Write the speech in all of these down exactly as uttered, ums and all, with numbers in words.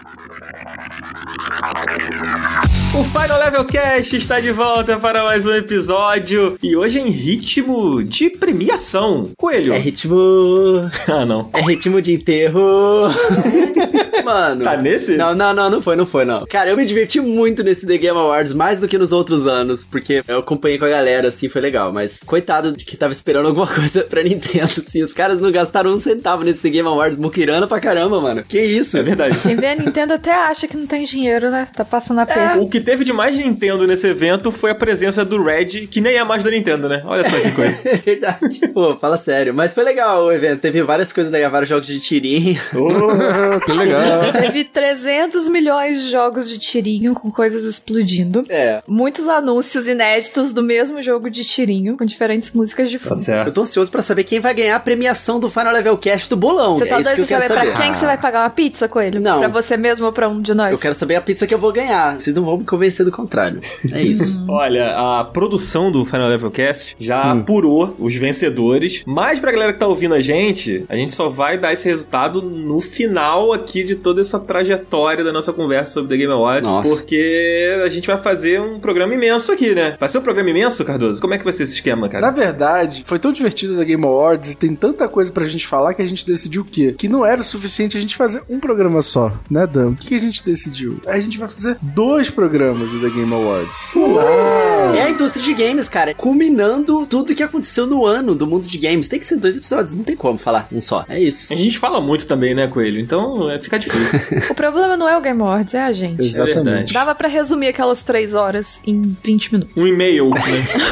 O Final Level Cast está de volta para mais um episódio e hoje é em ritmo de premiação. Coelho. É ritmo... Ah, não. É ritmo de enterro. Mano. Tá nesse? Não, não, não, não foi, não foi, não. Cara, eu me diverti muito nesse The Game Awards, mais do que nos outros anos, porque eu acompanhei com a galera, assim, foi legal. Mas coitado de que tava esperando alguma coisa pra Nintendo, assim. Os caras não gastaram um centavo nesse The Game Awards, muquirana pra caramba, mano. Que isso? É verdade. Quem vê a Nintendo até acha que não tem dinheiro, né? Tá passando a perna. É. O que teve de mais Nintendo nesse evento foi a presença do Red, que nem é mais da Nintendo, né? Olha só que coisa. É verdade. Pô, fala sério. Mas foi legal o evento. Teve várias coisas legais, vários jogos de tirinho. Oh, que legal. Teve trezentos milhões de jogos de tirinho com coisas explodindo. É. Muitos anúncios inéditos do mesmo jogo de tirinho, com diferentes músicas de fundo. Tá certo. Eu tô ansioso pra saber quem vai ganhar a premiação do Final Level Cast do bolão. Você tá é isso doido que eu pra quero saber, saber. pra quem que você vai pagar uma pizza, Coelho? Não. Pra você mesmo ou pra um de nós? Eu quero saber a pizza que eu vou ganhar. Vocês não vão me convencer do contrário. É isso. Olha, a produção do Final Level Cast já Hum. apurou os vencedores, mas pra galera que tá ouvindo a gente, a gente só vai dar esse resultado no final aqui de toda essa trajetória da nossa conversa sobre The Game Awards, Nossa. porque a gente vai fazer um programa imenso aqui, né? Vai ser um programa imenso, Cardoso? Como é que vai ser esse esquema, cara? Na verdade, foi tão divertido da Game Awards e tem tanta coisa pra gente falar que a gente decidiu o quê? Que não era o suficiente a gente fazer um programa só, né, Dan? O que, que a gente decidiu? A gente vai fazer dois programas do The Game Awards. Uau! É a indústria de games, cara. Culminando tudo que aconteceu no ano do mundo de games. Tem que ser dois episódios, não tem como falar um só. É isso. A gente fala muito também, né, Coelho? Então é, fica difícil. O problema não é o Game Awards, é a gente. Exatamente. Dava pra resumir aquelas três horas em vinte minutos. Um e-mail, né?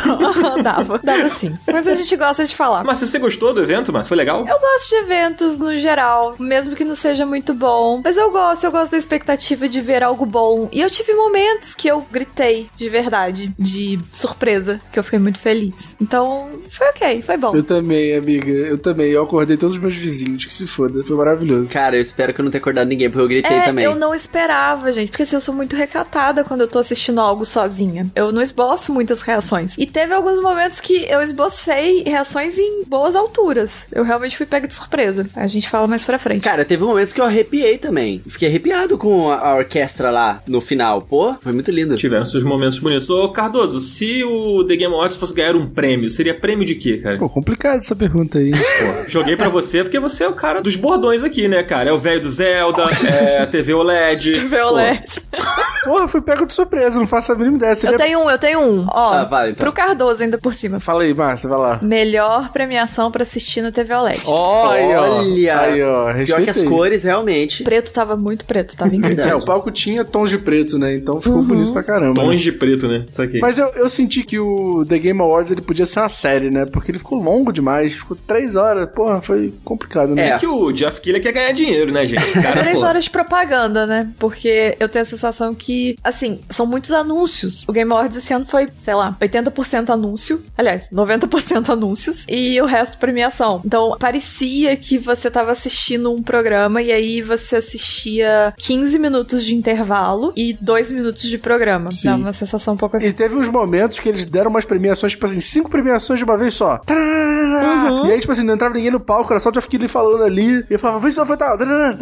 Dava, dava sim. Mas a gente gosta de falar. Mas você gostou do evento, Mas Foi legal? Eu gosto de eventos no geral, mesmo que não seja muito bom. Mas eu gosto, eu gosto da expectativa de ver algo bom. E eu tive momentos que eu gritei de verdade, de surpresa, que eu fiquei muito feliz. Então, foi ok, foi bom. Eu também, amiga. Eu também. Eu acordei todos os meus vizinhos, que se foda. Foi maravilhoso. Cara, eu espero que eu não tenha acordado ninguém, porque eu gritei É, também. eu não esperava, gente, porque assim, eu sou muito recatada quando eu tô assistindo algo sozinha. Eu não esboço muitas reações. E teve alguns momentos que eu esbocei reações em boas alturas. Eu realmente fui pega de surpresa. A gente fala mais pra frente. Cara, teve momentos que eu arrepiei também. Fiquei arrepiado com a, a orquestra lá no final. Pô, foi muito lindo. Tiveram seus momentos bonitos. Ô, Cardoso, se o The Game Awards fosse ganhar um prêmio, seria prêmio de quê, cara? Pô, complicado essa pergunta aí. Pô, joguei pra você porque você é o cara dos bordões aqui, né, cara? É o velho do Zelda, é a T V O L E D. T V O L E D. Porra, fui pego de surpresa, não faço a mínima ideia. Seria... Eu tenho um, eu tenho um. Ó, Ah, vale, então. pro Cardoso ainda por cima. Fala aí, Márcia, vai lá. Melhor premiação pra assistir na T V O L E D. Oh, aí, ó. Olha! Aí, ó. Pior que Respeita as aí. cores, realmente. Preto tava muito preto, tava incrível. É, o palco tinha tons de preto, né? Então ficou bonito pra caramba. Tons né? de preto, né? Isso aqui. Mas eu, eu senti que o The Game Awards ele podia ser uma série, né? Porque ele ficou longo demais, ficou três horas. Porra, foi complicado, né? É que o Jeff Keighley quer ganhar dinheiro, né, gente? Cara, Três pô. horas de propaganda, né? Porque eu tenho a sensação que, assim, são muitos anúncios. O Game Awards esse ano foi, sei lá, oitenta por cento anúncio. Aliás, noventa por cento anúncios. E o resto premiação. Então, parecia que você tava assistindo um programa e aí você assistia quinze minutos de intervalo e dois minutos de programa. Sim. Dava uma sensação um pouco assim. E teve uns momentos que eles deram umas premiações, tipo assim, cinco premiações de uma vez só. Uhum. E aí, tipo assim, não entrava ninguém no palco, era só o Jeff Keighley falando ali. E eu falava, vê se não foi tal.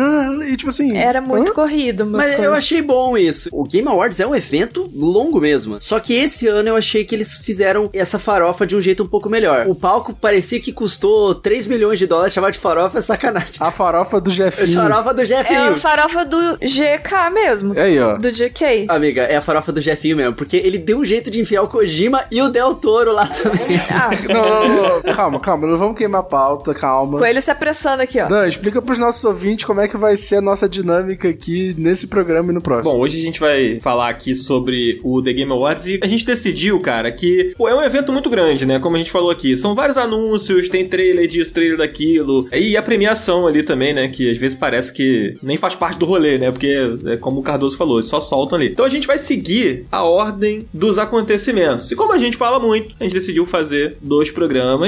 E tipo assim... Era muito hã? corrido, Mas coisas. eu achei bom isso. O Game Awards é um evento longo mesmo. Só que esse ano eu achei que eles fizeram essa farofa de um jeito um pouco melhor. O palco parecia que custou três milhões de dólares, chamar de farofa é sacanagem. A farofa do A Jefinho. farofa do Jefinho. É a farofa do G K mesmo. Aí, ó. Do G K. Amiga, é a farofa do Jefinho mesmo, porque ele deu um jeito de enfiar o Kojima e o Del Toro lá também. Ah, Não, não, não, não. Calma, calma. Não vamos queimar a pauta, calma. Coelho se apressando aqui, ó. Não, explica pros nossos ouvintes como é que vai ser a nossa dinâmica aqui nesse programa e no próximo. Bom, hoje a gente vai falar aqui sobre o The Game Awards e a gente decidiu, cara, que pô, é um evento muito grande, né? Como a gente falou aqui. São vários anúncios, tem trailer disso, trailer daquilo. E a premiação ali também, né? Que às vezes parece que nem faz parte do rolê, né? Porque, é como o Cardoso falou, eles só soltam ali. Então a gente vai seguir a ordem dos acontecimentos. E como a gente fala muito, a gente decidiu fazer dois programas. E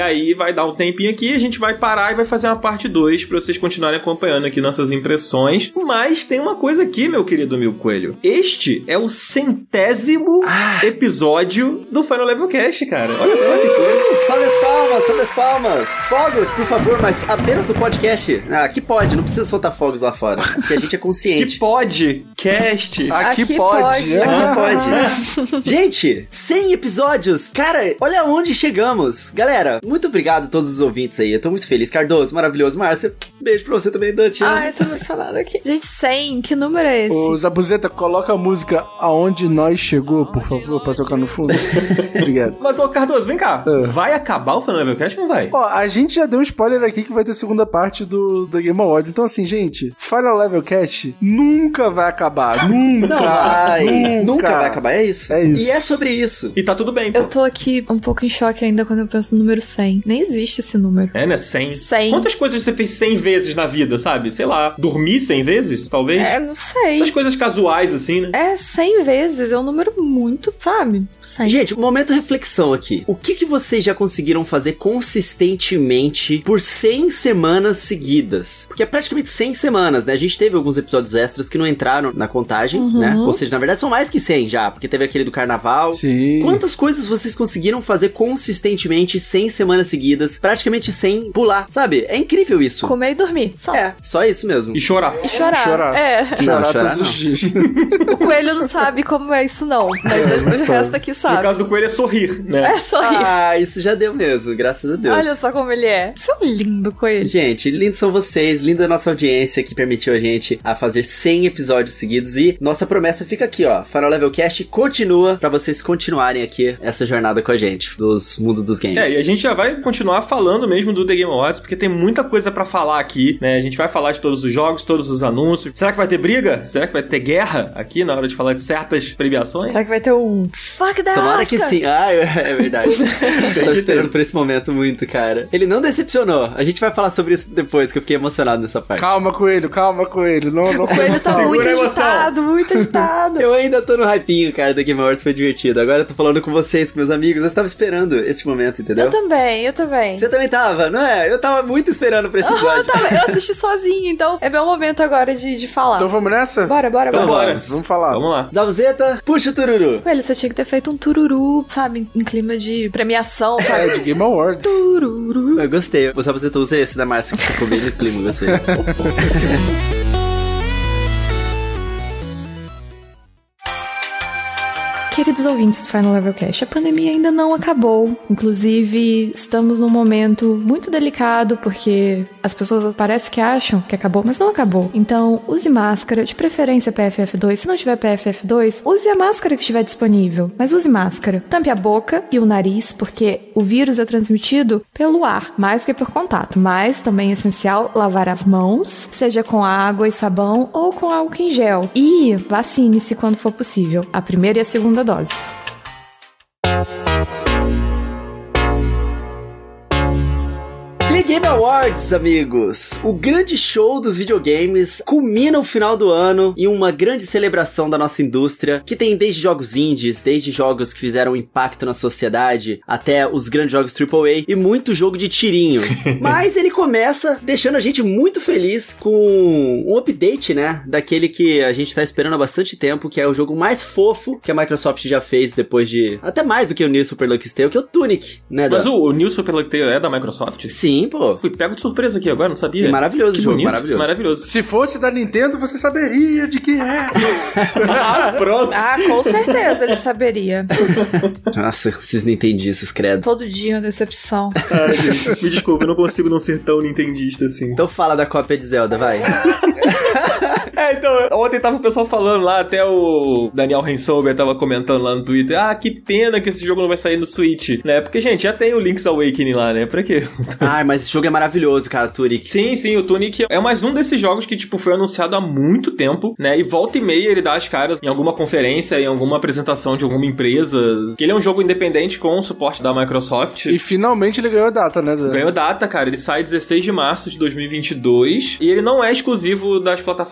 aí vai dar um tempinho aqui, a gente vai parar e vai fazer uma parte dois pra vocês continuarem acompanhando aqui nossas impressões. Mas tem uma coisa aqui, meu querido Mil Coelho. Este é o centésimo ah. episódio do Final Level Cast, cara. Olha só que coisa. Salve as palmas, salve as palmas. Fogos, por favor, mas apenas no podcast. Ah, aqui pode, não precisa soltar fogos lá fora, porque a gente é consciente. Que pode, cast. Aqui, Aqui pode. pode. Aqui pode. Gente, cem episódios. Cara, olha onde chegamos. Galera, muito obrigado a todos os ouvintes aí. Eu tô muito feliz. Cardoso, maravilhoso. Márcia, beijo pra você também, Dante. Ai, eu tô emocionada aqui. Gente, cem, que número é esse? Ô, Zabuzeta, coloca a música Aonde Nós Chegou, por favor, pra tocar no fundo. Obrigado. Mas, ô, Cardoso, vem cá. Uh. Vai acabar o Final Level Cast ou não vai? Ó, a gente já deu um spoiler aqui que vai ter segunda parte do, do Game Awards. Então, assim, gente, Final Level Cast nunca vai acabar. Nunca. Não vai. Nunca. Nunca vai acabar. É isso. É isso. E é sobre isso. E tá tudo bem, pô. Eu tô aqui um pouco em choque ainda quando eu penso no número cem. Nem existe esse número. É, né? cem. cem. Quantas coisas você fez cem vezes na vida, sabe? Sei lá, dormir cem vezes, talvez? É, não sei. Essas coisas casuais, assim, né? É, cem vezes. É um número muito, sabe? cem. Gente, um momento de reflexão aqui. O que, que vocês já conseguiram fazer consistentemente por cem semanas seguidas? Porque é praticamente cem semanas, né? A gente teve alguns episódios extras que não entraram na contagem, Uhum. né? Ou seja, na verdade são mais que cem já, porque teve aquele do carnaval. Sim. Quantas coisas vocês conseguiram fazer consistentemente cem semanas seguidas, praticamente sem pular, sabe? É incrível isso. Comer e dormir. Só. É, só isso mesmo. E chorar. E chorar. Chorar. É. Chorar Não, chorar todos não. os dias. O coelho não sabe como é isso, não. Mas não o sabe. resto aqui No sabe. caso do coelho é sorrir, né? É sorrir. Ah, isso já deu mesmo, graças a Deus. Olha só como ele é. Isso é um lindo coelho. Gente, lindos são vocês, linda a nossa audiência que permitiu a gente a fazer cem episódios seguidos e nossa promessa fica aqui, ó. Final Level Cast continua pra vocês continuarem aqui essa jornada com a gente, dos mundos dos games. É, e a gente já vai continuar falando mesmo do The Game Awards, porque tem muita coisa pra falar aqui, né? A gente vai falar de todos os jogos, todos os anúncios. Será que vai ter briga? Será que vai ter guerra aqui na hora de falar de certas premiações? Será que vai ter um fuck da Tomara Oscar? que sim. Ah, é verdade. Eu tô esperando por esse momento muito, cara. Ele não decepcionou. A gente vai falar sobre isso depois, que eu fiquei emocionado nessa parte. Calma, Coelho, calma, Coelho. Não, não. O coelho tá Segura muito a emoção. agitado, muito agitado. Eu ainda tô no hypinho, cara, da Game Awards, foi divertido. Agora eu tô falando com vocês, com meus amigos. Eu estava esperando esse momento, entendeu? Eu também, eu também. Você também tava, não é? Eu tava muito esperando pra esse Aham, episódio. eu, tava- eu assisti sozinha, então é meu momento agora de, de falar. Então vamos nessa? Bora, bora, Então bora. bora. Vamos falar. Vamos lá. Zabuzeta, puxa o tururu. Coelho, você tinha que ter feito um tururu, sabe? Em clima de premiação, É, sabe? de Game Awards. Tururu. Eu gostei. O Zabuzeta usa esse da Márcia, que ficou bem no clima, gostei. Queridos ouvintes do Final Level Cast, a pandemia ainda não acabou. Inclusive, estamos num momento muito delicado, porque as pessoas parece que acham que acabou, mas não acabou. Então, use máscara, de preferência P F F dois. Se não tiver P F F dois, use a máscara que estiver disponível. Mas use máscara. Tampe a boca e o nariz, porque o vírus é transmitido pelo ar, mais do que por contato. Mas também é essencial lavar as mãos, seja com água e sabão ou com álcool em gel. E vacine-se quando for possível, a primeira e a segunda dose. The Game Awards, amigos. O grande show dos videogames culmina o final do ano em uma grande celebração da nossa indústria, que tem desde jogos indies, desde jogos que fizeram impacto na sociedade, até os grandes jogos triplo A e muito jogo de tirinho. Mas ele começa deixando a gente muito feliz com um update, né, daquele que a gente tá esperando há bastante tempo, que é o jogo mais fofo que a Microsoft já fez depois de... até mais do que o New Super Lucky Tale, que é o Tunic, né, Mas Dan? o, o New Super Lucky Tale é da Microsoft? Sim, pô. Fui pego de surpresa aqui agora, não sabia. É maravilhoso Que o jogo, bonito, maravilhoso. Maravilhoso. Se fosse da Nintendo, você saberia de que é. Ah, pronto. Ah, com certeza ele saberia. Nossa, esses nintendistas, credo. Todo dia uma decepção. Ai, gente, me desculpa, eu não consigo não ser tão nintendista assim. Então fala da cópia de Zelda, vai. É, então, ontem tava o pessoal falando lá, até o Daniel Rensober tava comentando lá no Twitter, ah, que pena que esse jogo não vai sair no Switch, né? Porque, gente, já tem o Link's Awakening lá, né? Pra quê? Ai, mas esse jogo é maravilhoso, cara, Tunic. Sim, sim, o Tunic é mais um desses jogos que, tipo, foi anunciado há muito tempo, né? E volta e meia ele dá as caras em alguma conferência, em alguma apresentação de alguma empresa. Que ele é um jogo independente com o suporte da Microsoft. E finalmente ele ganhou a data, né? Dan? Ganhou data, cara. Ele sai dezesseis de março de dois mil e vinte e dois. E ele não é exclusivo das plataformas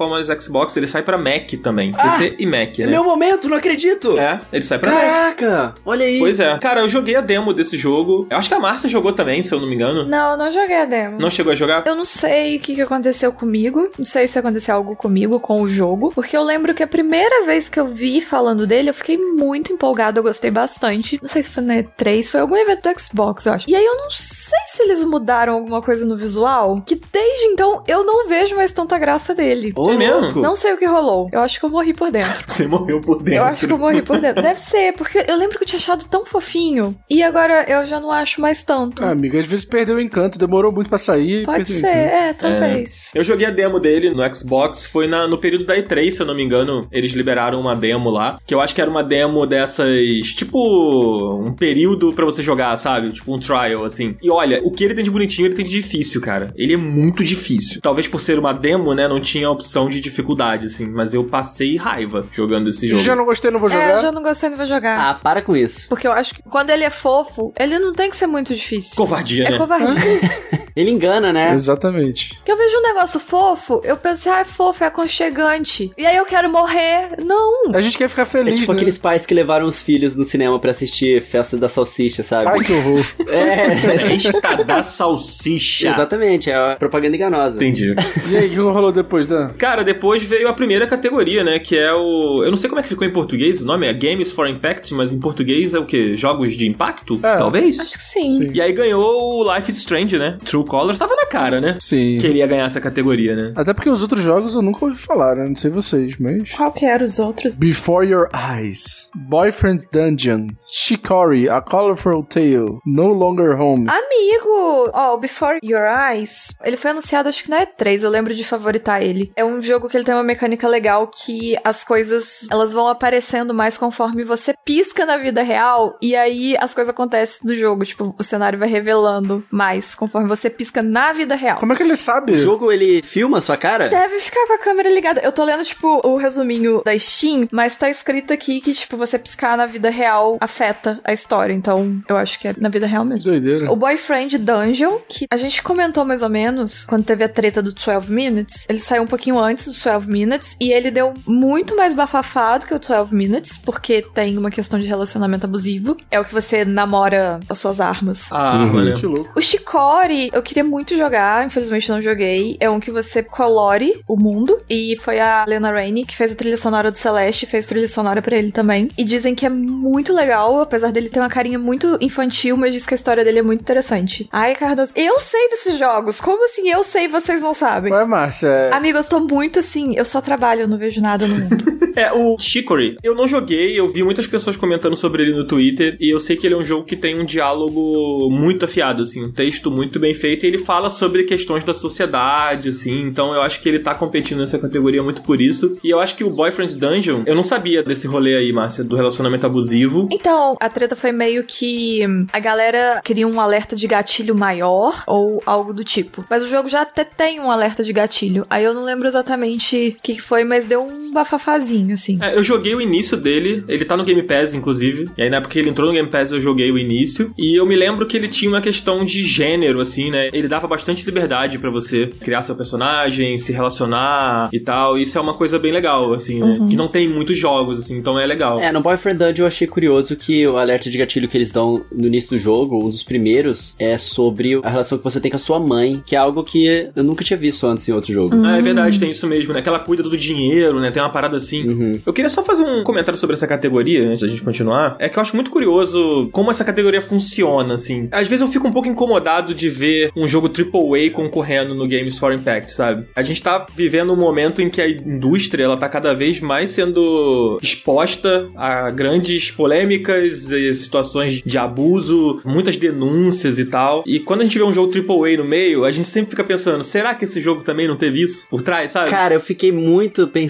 Xbox, ele sai pra Mac também. Ah, P C e Mac, É né? meu momento, não acredito! É, ele sai pra Mac. Caraca! Olha aí! Pois é. Cara, eu joguei a demo desse jogo. Eu acho que a Márcia jogou também, se eu não me engano. Não, eu não joguei a demo. Não chegou a jogar? Eu não sei o que, que aconteceu comigo. Não sei se aconteceu algo comigo com o jogo. Porque eu lembro que a primeira vez que eu vi falando dele, eu fiquei muito empolgada. Eu gostei bastante. Não sei se foi na E três, foi algum evento do Xbox, eu acho. E aí eu não sei se eles mudaram alguma coisa no visual. Que desde então eu não vejo mais tanta graça dele. Ô, É mesmo? louco. Não sei o que rolou. Eu acho que eu morri por dentro. Você morreu por dentro. Eu acho que eu morri por dentro. Deve ser, porque eu lembro que eu tinha achado tão fofinho. E agora eu já não acho mais tanto. Ah, amiga, às vezes perdeu o encanto, demorou muito pra sair. Pode perdeu o ser, encanto. é, talvez. Eu joguei a demo dele no Xbox, foi na, no período da E três, se eu não me engano, eles liberaram uma demo lá, que eu acho que era uma demo dessas, tipo, um período pra você jogar, sabe? Tipo um trial, assim. E olha, o que ele tem de bonitinho, ele tem de difícil, cara. Ele é muito difícil. Talvez por ser uma demo, né, não tinha opção de dificuldade, assim, mas eu passei raiva jogando esse jogo. Já não gostei, não vou jogar. É, eu já não gostei, não vou jogar. Ah, para com isso. Porque eu acho que quando ele é fofo, ele não tem que ser muito difícil. Covardia, É né? covardia. Ele engana, né? Exatamente. Que eu vejo um negócio fofo, eu penso, ah, é fofo, é aconchegante. E aí eu quero morrer. Não. A gente quer ficar É feliz, tipo né? aqueles pais que levaram os filhos no cinema pra assistir Festa da Salsicha, sabe? Ai, que horror. É, Festa da salsicha. exatamente, é a propaganda enganosa. Entendi. E aí, o que rolou depois, Dan? Cara, depois veio a primeira categoria, né? Que é o... Eu não sei como é que ficou em português, o nome é Games for Impact, mas em português é o quê? Jogos de impacto? É. Talvez? Acho que sim. Sim. E aí ganhou o Life is Strange, né? True Colors tava na cara, né? Sim. Que ele ia ganhar essa categoria, né? Até porque os outros jogos eu nunca ouvi falar, né? Não sei vocês, mas... Qual que eram os outros? Before Your Eyes, Boyfriend Dungeon, Shikori, A Colorful Tale, No Longer Home. Amigo! Ó, o Before Your Eyes, ele foi anunciado acho que na E três, eu lembro de favoritar ele. É um jogo que ele tem uma mecânica legal que as coisas, elas vão aparecendo mais conforme você pisca na vida real, e aí as coisas acontecem do jogo, tipo, o cenário vai revelando mais conforme você pisca na vida real. Como é que ele sabe? O jogo, ele filma a sua cara? Deve ficar com a câmera ligada. Eu tô lendo, tipo, o resuminho da Steam, mas tá escrito aqui que, tipo, você piscar na vida real afeta a história. Então, eu acho que é na vida real mesmo. Doideira. O Boyfriend Dungeon, que a gente comentou mais ou menos quando teve a treta do doze Minutes, ele saiu um pouquinho antes do doze Minutes e ele deu muito mais bafafado que o doze Minutes, porque tem uma questão de relacionamento abusivo. É o que você namora as suas armas. Ah, Uhum. mano. Que louco. O Shikori, eu queria muito jogar, infelizmente não joguei. É um que você colore o mundo. E foi a Lena Rainey que fez a trilha sonora do Celeste, fez trilha sonora pra ele também. E dizem que é muito legal, apesar dele ter uma carinha muito infantil, mas diz que a história dele é muito interessante. Ai, Cardoso, eu sei desses jogos. Como assim eu sei e vocês não sabem? Ué, Márcia, é... Amigo, eu tô muito assim, eu só trabalho, eu não vejo nada no mundo. É, o Chicory, eu não joguei, eu vi muitas pessoas comentando sobre ele no Twitter, e eu sei que ele é um jogo que tem um diálogo muito afiado, assim, um texto muito bem feito, e ele fala sobre questões da sociedade, assim, então eu acho que ele tá competindo nessa categoria muito por isso. E eu acho que o Boyfriend Dungeon, eu não sabia desse rolê aí, Márcia, do relacionamento abusivo. Então, a treta foi meio que hum, a galera queria um alerta de gatilho maior ou algo do tipo. Mas o jogo já até tem um alerta de gatilho. Aí eu não lembro exatamente o que que foi, mas deu um bafafazinho, assim. É, eu joguei o início dele, ele tá no Game Pass, inclusive, e aí na época que ele entrou no Game Pass eu joguei o início, e eu me lembro que ele tinha uma questão de gênero, assim, né? Ele dava bastante liberdade pra você criar seu personagem, se relacionar e tal, e isso é uma coisa bem legal, assim, né? Uhum. Que não tem muitos jogos, assim, então é legal. É, no Boyfriend Dungeon eu achei curioso que o alerta de gatilho que eles dão no início do jogo, um dos primeiros, é sobre a relação que você tem com a sua mãe, que é algo que eu nunca tinha visto antes em outro jogo. Ah, é verdade, tem isso mesmo, né? Que ela cuida do dinheiro, né? Tem uma parada assim. Uhum. Eu queria só fazer um comentário sobre essa categoria, antes da gente continuar. É que eu acho muito curioso como essa categoria funciona, assim. Às vezes eu fico um pouco incomodado de ver um jogo triple A concorrendo no Games for Impact, sabe? A gente tá vivendo um momento em que a indústria, ela tá cada vez mais sendo exposta a grandes polêmicas e situações de abuso, muitas denúncias e tal. E quando a gente vê um jogo triple A no meio, a gente sempre fica pensando, será que esse jogo também não teve isso por trás, sabe? Cara, eu fiquei muito pensando isso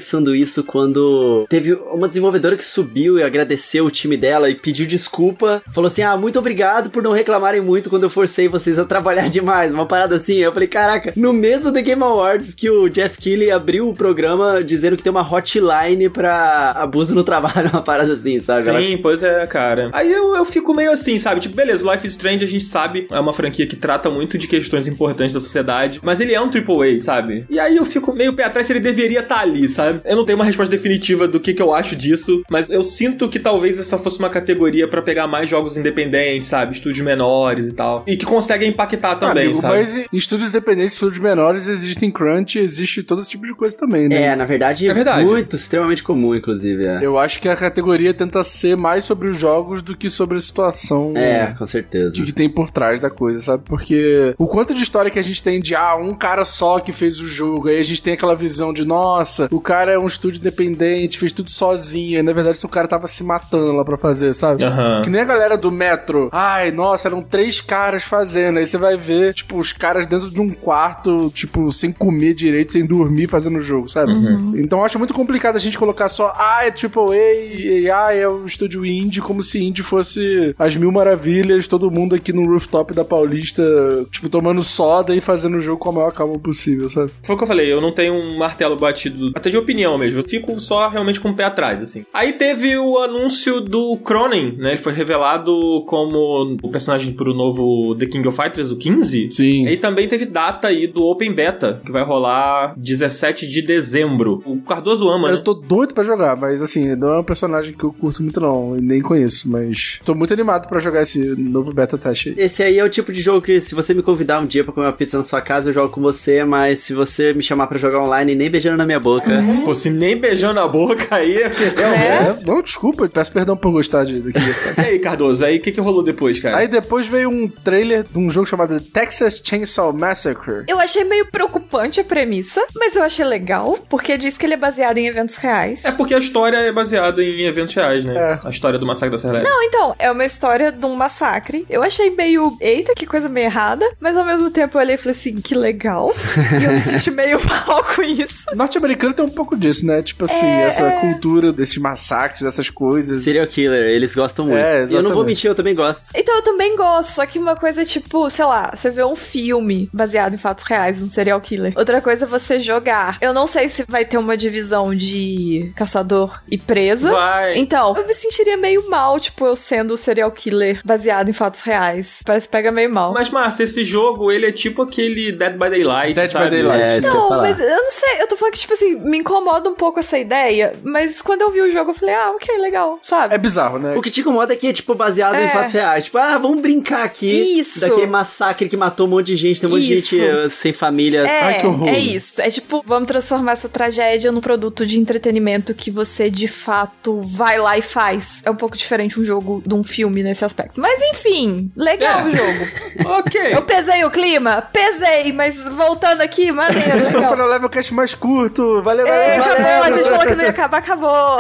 isso quando teve uma desenvolvedora que subiu e agradeceu o time dela e pediu desculpa. Falou assim, ah, muito obrigado por não reclamarem muito quando eu forcei vocês a trabalhar demais. Uma parada assim. Eu falei, caraca, no mesmo The Game Awards que o Jeff Keighley abriu o programa dizendo que tem uma hotline pra abuso no trabalho, uma parada assim, sabe? Sim, Ela... pois é, cara. Aí eu, eu fico meio assim, sabe? Tipo, beleza, Life is Strange a gente sabe, é uma franquia que trata muito de questões importantes da sociedade, mas ele é um triplo A, sabe? E aí eu fico meio pé atrás se ele deveria estar ali, sabe? Eu não tenho uma resposta definitiva do que, que eu acho disso, mas eu sinto que talvez essa fosse uma categoria pra pegar mais jogos independentes, sabe? Estúdios menores e tal. E que conseguem impactar também, Amigo, sabe? Mas em estúdios independentes, estúdios menores, existem crunch, existe todo esse tipo de coisa também, né? É, na verdade, é verdade. muito, extremamente comum, inclusive. É. Eu acho que a categoria tenta ser mais sobre os jogos do que sobre a situação. É, com certeza. Que tem por trás da coisa, sabe? Porque o quanto de história que a gente tem de, ah, um cara só que fez o jogo, aí a gente tem aquela visão de, nossa, o cara é um estúdio independente, fez tudo sozinho, e na verdade o cara tava se matando lá pra fazer, sabe? Uhum. Que nem a galera do Metro, ai, nossa, eram três caras fazendo, aí você vai ver, tipo, os caras dentro de um quarto, tipo, sem comer direito, sem dormir, fazendo o jogo, sabe? Uhum. Então eu acho muito complicado a gente colocar só, ah, é triplo A, e ah, é um estúdio indie, como se indie fosse as mil maravilhas, todo mundo aqui no rooftop da Paulista, tipo, tomando soda e fazendo o jogo com a maior calma possível, sabe? Foi o que eu falei, eu não tenho um martelo batido, até de opinião mesmo, eu fico só realmente com o pé atrás, assim. Aí teve o anúncio do Cronen, né, ele foi revelado como o personagem pro novo The King of Fighters, o quinze. Sim. E também teve data aí do Open Beta, que vai rolar dezessete de dezembro. O Cardoso ama, Eu né? tô doido pra jogar, mas assim, não é um personagem que eu curto muito não, e nem conheço, mas tô muito animado pra jogar esse novo beta teste aí. Esse aí é o tipo de jogo que se você me convidar um dia pra comer uma pizza na sua casa, eu jogo com você, mas se você me chamar pra jogar online, nem beijando na minha boca... Uhum. Pô, se nem beijando a boca aí, é É, não, desculpa, peço perdão por gostar de, daqui. E aí, Cardoso, aí o que, que rolou depois, cara? Aí depois veio um trailer de um jogo chamado Texas Chainsaw Massacre. Eu achei meio preocupante a premissa, mas eu achei legal, porque diz que ele é baseado em eventos reais. É porque a história é baseada em eventos reais, né? É. A história do massacre da Serra Elétrica. Não, então, é uma história de um massacre. Eu achei meio, eita, que coisa meio errada, mas ao mesmo tempo eu olhei e falei assim, que legal. E eu me senti meio mal com isso. Norte-americano tem um pouco disso, né? Tipo assim, É, essa é. cultura desses massacres, dessas coisas. Serial Killer, eles gostam muito. É, E eu não vou exatamente. mentir, eu também gosto. Então eu também gosto, só que uma coisa é tipo, sei lá, você vê um filme baseado em fatos reais, um serial killer. Outra coisa é você jogar. Eu não sei se vai ter uma divisão de caçador e presa. Vai. Então, eu me sentiria meio mal, tipo, eu sendo o serial killer baseado em fatos reais. Parece que pega meio mal. Mas, Márcia, esse jogo, ele é tipo aquele Dead by Daylight, Dead by sabe? Daylight. É, isso que eu ia Não, falar. mas eu não sei, eu tô falando que, tipo assim, me incomoda um pouco essa ideia, mas quando eu vi o jogo eu falei, ah, ok, legal, sabe? É bizarro, né? O que te incomoda é que é, tipo, baseado É. em fatos reais. Tipo, ah, vamos brincar aqui. Isso. Daquele massacre que matou um monte de gente. Tem um monte de Isso. gente uh, sem família. É, Ai, que horror. é isso. É tipo, vamos transformar essa tragédia num produto de entretenimento que você, de fato, vai lá e faz. É um pouco diferente um jogo de um filme nesse aspecto. Mas, enfim, legal É. o jogo. Ok. Eu pesei o clima? Pesei, mas voltando aqui, maneiro, Esse foi legal. o level cast mais curto. Valeu, É, valeu. acabou, a gente falou que não ia acabar, acabou.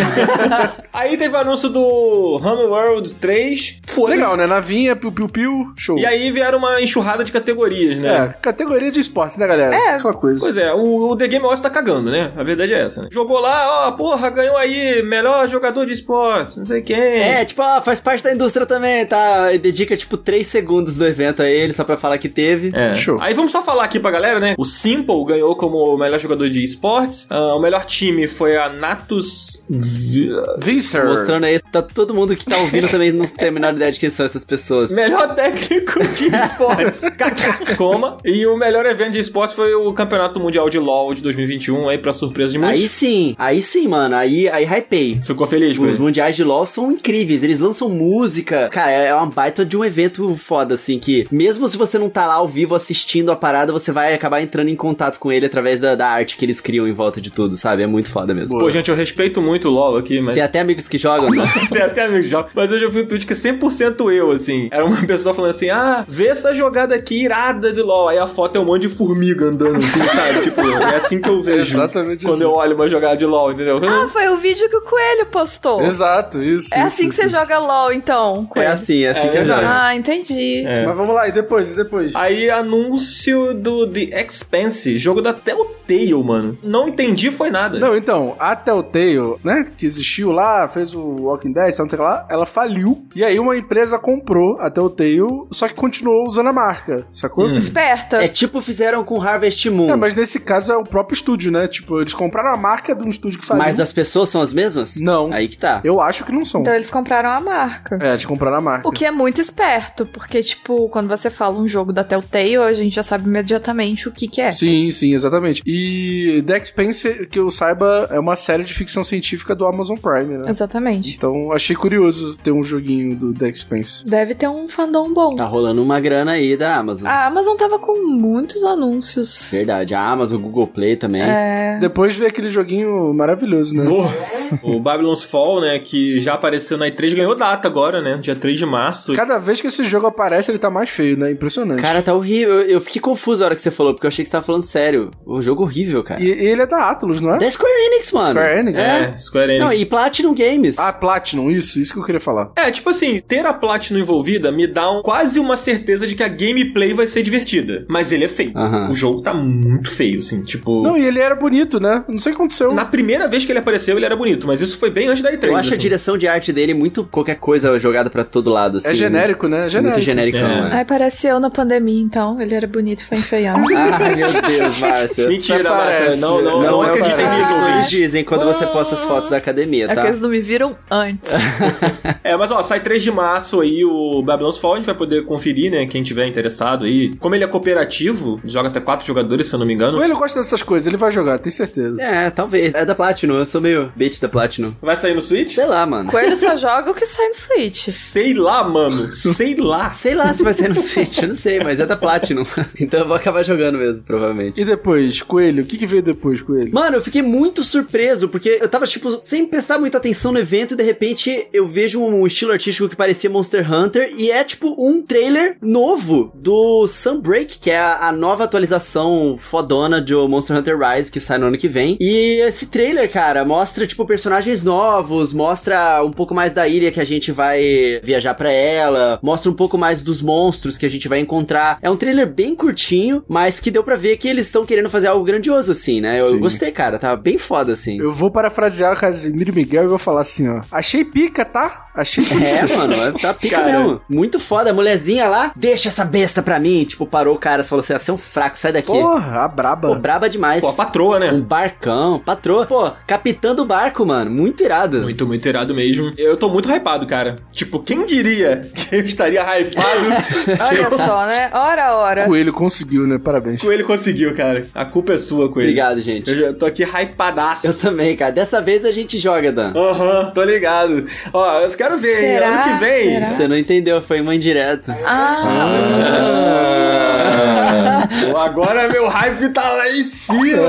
Aí teve o anúncio do Homeworld três. Foda-se. Legal, né? Navinha, piu-piu-piu, show. E aí vieram uma enxurrada de categorias, né? É, categoria de esportes, né, galera? É. Aquela coisa. Pois é, o, o The Game Awards tá cagando, né? A verdade é essa, né? Jogou lá, ó, porra, ganhou aí, melhor jogador de esportes, não sei quem. É, tipo, ah, faz parte da indústria também, tá? E dedica, tipo, três segundos do evento a ele, só pra falar que teve. É. Show. Aí vamos só falar aqui pra galera, né? O Simple ganhou como o melhor jogador de esportes. Ah, o melhor time foi a Natus... Vi- Vincer. Mostrando aí, tá todo mundo que tá ouvindo também não tem a menor ideia de quem são essas pessoas. Melhor técnico de esportes. Coma. E o melhor evento de esportes foi o Campeonato Mundial de LoL de dois mil e vinte e um, aí pra surpresa de muitos. Aí sim, aí sim, mano, aí, aí hypei. Ficou feliz com Os ele? mundiais de LoL são incríveis, eles lançam música. Cara, é uma baita de um evento foda, assim, que mesmo se você não tá lá ao vivo assistindo a parada, você vai acabar entrando em contato com ele através da, da arte que eles criam em volta de tudo, sabe? É muito foda mesmo. Pô, gente, eu respeito muito o LoL aqui, mas... Tem até amigos que jogam, né? Tem até amigos que jogam. Mas hoje eu vi um tweet que é cem por cento eu, assim. Era uma pessoa falando assim, ah, vê essa jogada aqui irada de LoL. Aí a foto é um monte de formiga andando assim, sabe? Tipo, é assim que eu vejo. Exatamente quando assim. eu olho uma jogada de LoL, entendeu? Ah, foi o vídeo que o Coelho postou. Exato, isso. É isso, assim que isso, você isso. joga LOL, então, É Coelho. assim, é assim É que eu verdade. jogo. Ah, entendi. É. Mas vamos lá, e depois, e depois? Aí, anúncio do The Expanse, jogo da Telltale, mano. Não entendi foi nada. Não, então, a Telltale, né, que existiu lá, fez o Walking Dead, não sei o que lá, ela faliu, e aí uma empresa comprou a Telltale, só que continuou usando a marca, sacou? Hum. Esperta. É tipo fizeram com Harvest Moon. É, mas nesse caso é o próprio estúdio, né? Tipo, eles compraram a marca de um estúdio que faliu. Mas as pessoas são as mesmas? Não. Aí que tá. Eu acho que não são. Então eles compraram a marca. É, eles compraram a marca. O que é muito esperto, porque, tipo, quando você fala um jogo da Telltale, a gente já sabe imediatamente o que que é. Sim, sim, exatamente. E The Expanse, que eu saiba, é uma série de ficção científica do Amazon Prime, né? Exatamente. Então, achei curioso ter um joguinho do The Expanse. Deve ter um fandom bom. Tá rolando uma grana aí da Amazon. A Amazon tava com muitos anúncios. Verdade. A Amazon, o Google Play também. É... Depois veio aquele joguinho maravilhoso, né? O Babylon's Fall, né, que já apareceu na E três, ganhou data agora, né? Dia três de março. Cada vez que esse jogo aparece, ele tá mais feio, né? Impressionante. Cara, tá horrível. Eu, eu fiquei confuso na hora que você falou, porque eu achei que você tava falando sério. O jogo horrível, cara. E, e ele é da Atlus, não é? Da Square Enix, mano. Square Enix? É, Square Enix. Não, e Platinum Games. Ah, Platinum, isso, isso que eu queria falar. É, tipo assim, ter a Platinum envolvida me dá um, quase uma certeza de que a gameplay vai ser divertida. Mas ele é feio. Aham. O jogo tá muito feio, assim, tipo... Não, e ele era bonito, né? Não sei o que aconteceu. Na primeira vez que ele apareceu, ele era bonito, mas isso foi bem antes da E três. Eu acho assim. a direção de arte dele muito qualquer coisa jogada pra todo lado, assim. É genérico, né? É genérico. Muito genérico, É. né? Ai, parece eu na pandemia, então. Ele era bonito e foi enfeiado. Ai, meu Deus, Márcia. Mentira, Até Márcia. parece. Não, não, Não, não é o que acredita vocês nisso, seguidores ouvinte. dizem quando você posta as fotos da academia, É que tá? eles não me viram antes. É, mas ó, sai três de março aí o Babylon's Fall, a gente vai poder conferir, né, quem tiver interessado aí. Como ele é cooperativo, joga até quatro jogadores, se eu não me engano. O ele gosta dessas coisas, ele vai jogar, tenho certeza. É, talvez. É da Platinum, eu sou meio bait da Platinum. Vai sair no Switch? Sei lá, mano. Coelho só joga o que sai no Switch. Sei lá, mano. Sei lá. Sei lá se vai ser no Switch, eu não sei, mas é da Platinum. Então eu vou acabar jogando mesmo, provavelmente. E depois, Coelho? O que, que veio depois, Coelho? Mano, eu fiquei muito surpreso, porque eu tava, tipo, sem prestar muita atenção no evento e de repente eu vejo um estilo artístico que parecia Monster Hunter e é, tipo, um trailer novo do Sunbreak, que é a, a nova atualização fodona do Monster Hunter Rise, que sai no ano que vem. E esse trailer, cara, mostra, tipo, personagens novos, mostra um pouco mais da ilha que a gente vai viajar pra ela, mostra um pouco mais dos monstros que a gente vai encontrar. É um trailer bem curtinho, mas que deu pra ver que eles estão querendo fazer algo grandioso, assim, né? Eu Sim. gostei, cara, tava bem foda, assim. Eu vou parafrasear o Casimiro Miguel e vou falar assim, ó. Achei pica, tá? Achei pica. É, mano, tá pica Cara. mesmo. Muito foda. A mulherzinha lá, deixa essa besta pra mim. Tipo, parou o cara e falou assim: ah, você é um fraco, sai daqui. Porra, a braba. Pô, braba demais. Pô, a patroa, né? Um barcão, patroa. Pô, capitã do barco, mano. Muito irado. Muito, muito irado mesmo. Eu tô muito hypado, cara. Tipo, quem diria que eu estaria hypado? Olha só, né? Ora, ora. Coelho conseguiu, né? Parabéns. Coelho conseguiu, cara. A culpa é sua, Coelho. Obrigado, gente. Eu já tô aqui hypadaço. Eu também, cara. Dessa vez a gente joga, Dan. Aham, tô ligado. Ó, eu quero ver, hein? Será? Ano que vem. Será? Você não entendeu, foi uma indireta. Ah, Ah, pô, agora meu hype tá lá em cima.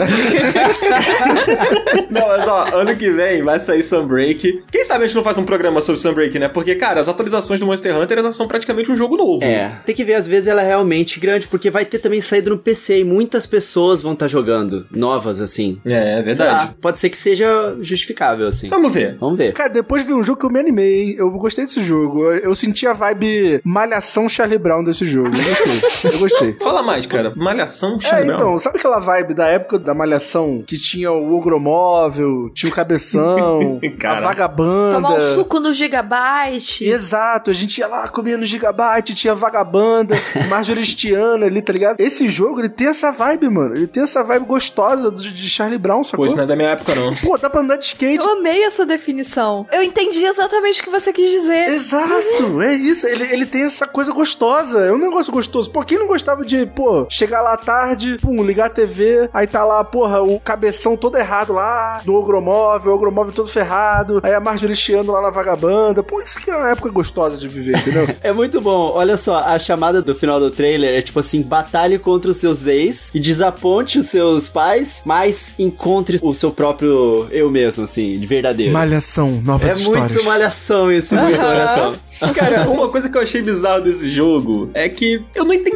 Não, mas ó, ano que vem vai sair Sunbreak. Quem sabe a gente não faz um programa sobre Sunbreak, né? Porque, cara, as atualizações do Monster Hunter, elas são praticamente um jogo novo. É, tem que ver, às vezes ela é realmente grande, porque vai ter também saído no P C e muitas pessoas vão estar jogando, novas, assim. É, é Sei verdade. lá, pode ser que seja justificável, assim. Vamos ver. Vamos ver. Cara, depois vi um jogo que eu me animei, hein? Eu gostei desse jogo. Eu, eu senti a vibe Malhação Charlie Brown desse jogo. Eu gostei. Eu gostei. Fala mais, cara. Malhação, É, Charlie Brown. então, sabe aquela vibe da época da Malhação que tinha o Ogromóvel, tinha o Cabeção, a Cara. Vagabanda? tomar um suco no Gigabyte. Exato, a gente ia lá comendo Gigabyte, tinha Vagabanda, Marjoristiana ali, tá ligado? Esse jogo, ele tem essa vibe, mano. Ele tem essa vibe gostosa de de Charlie Brown, Pô, sacou? isso não é da minha época, não. Pô, dá pra andar de skate. Eu amei essa definição. Eu entendi exatamente o que você quis dizer. Exato, é isso. Ele, ele tem essa coisa gostosa. É um negócio gostoso. Pô, quem não gostava de, pô, chegar lá à tarde, pum, ligar a T V, aí tá lá, porra, o cabeção todo errado lá, do Ogromóvel, o Ogromóvel todo ferrado, aí a Marjorie chiando lá na Vagabanda. Pô, isso que é uma época gostosa de viver, entendeu? É muito bom. Olha só, a chamada do final do trailer é tipo assim: batalhe contra os seus ex e desaponte os seus pais, mas encontre o seu próprio eu mesmo, assim, de verdadeiro. Malhação, novas É histórias. muito malhação isso, muito malhação. Cara, uma coisa que eu achei bizarro desse jogo é que eu não entendi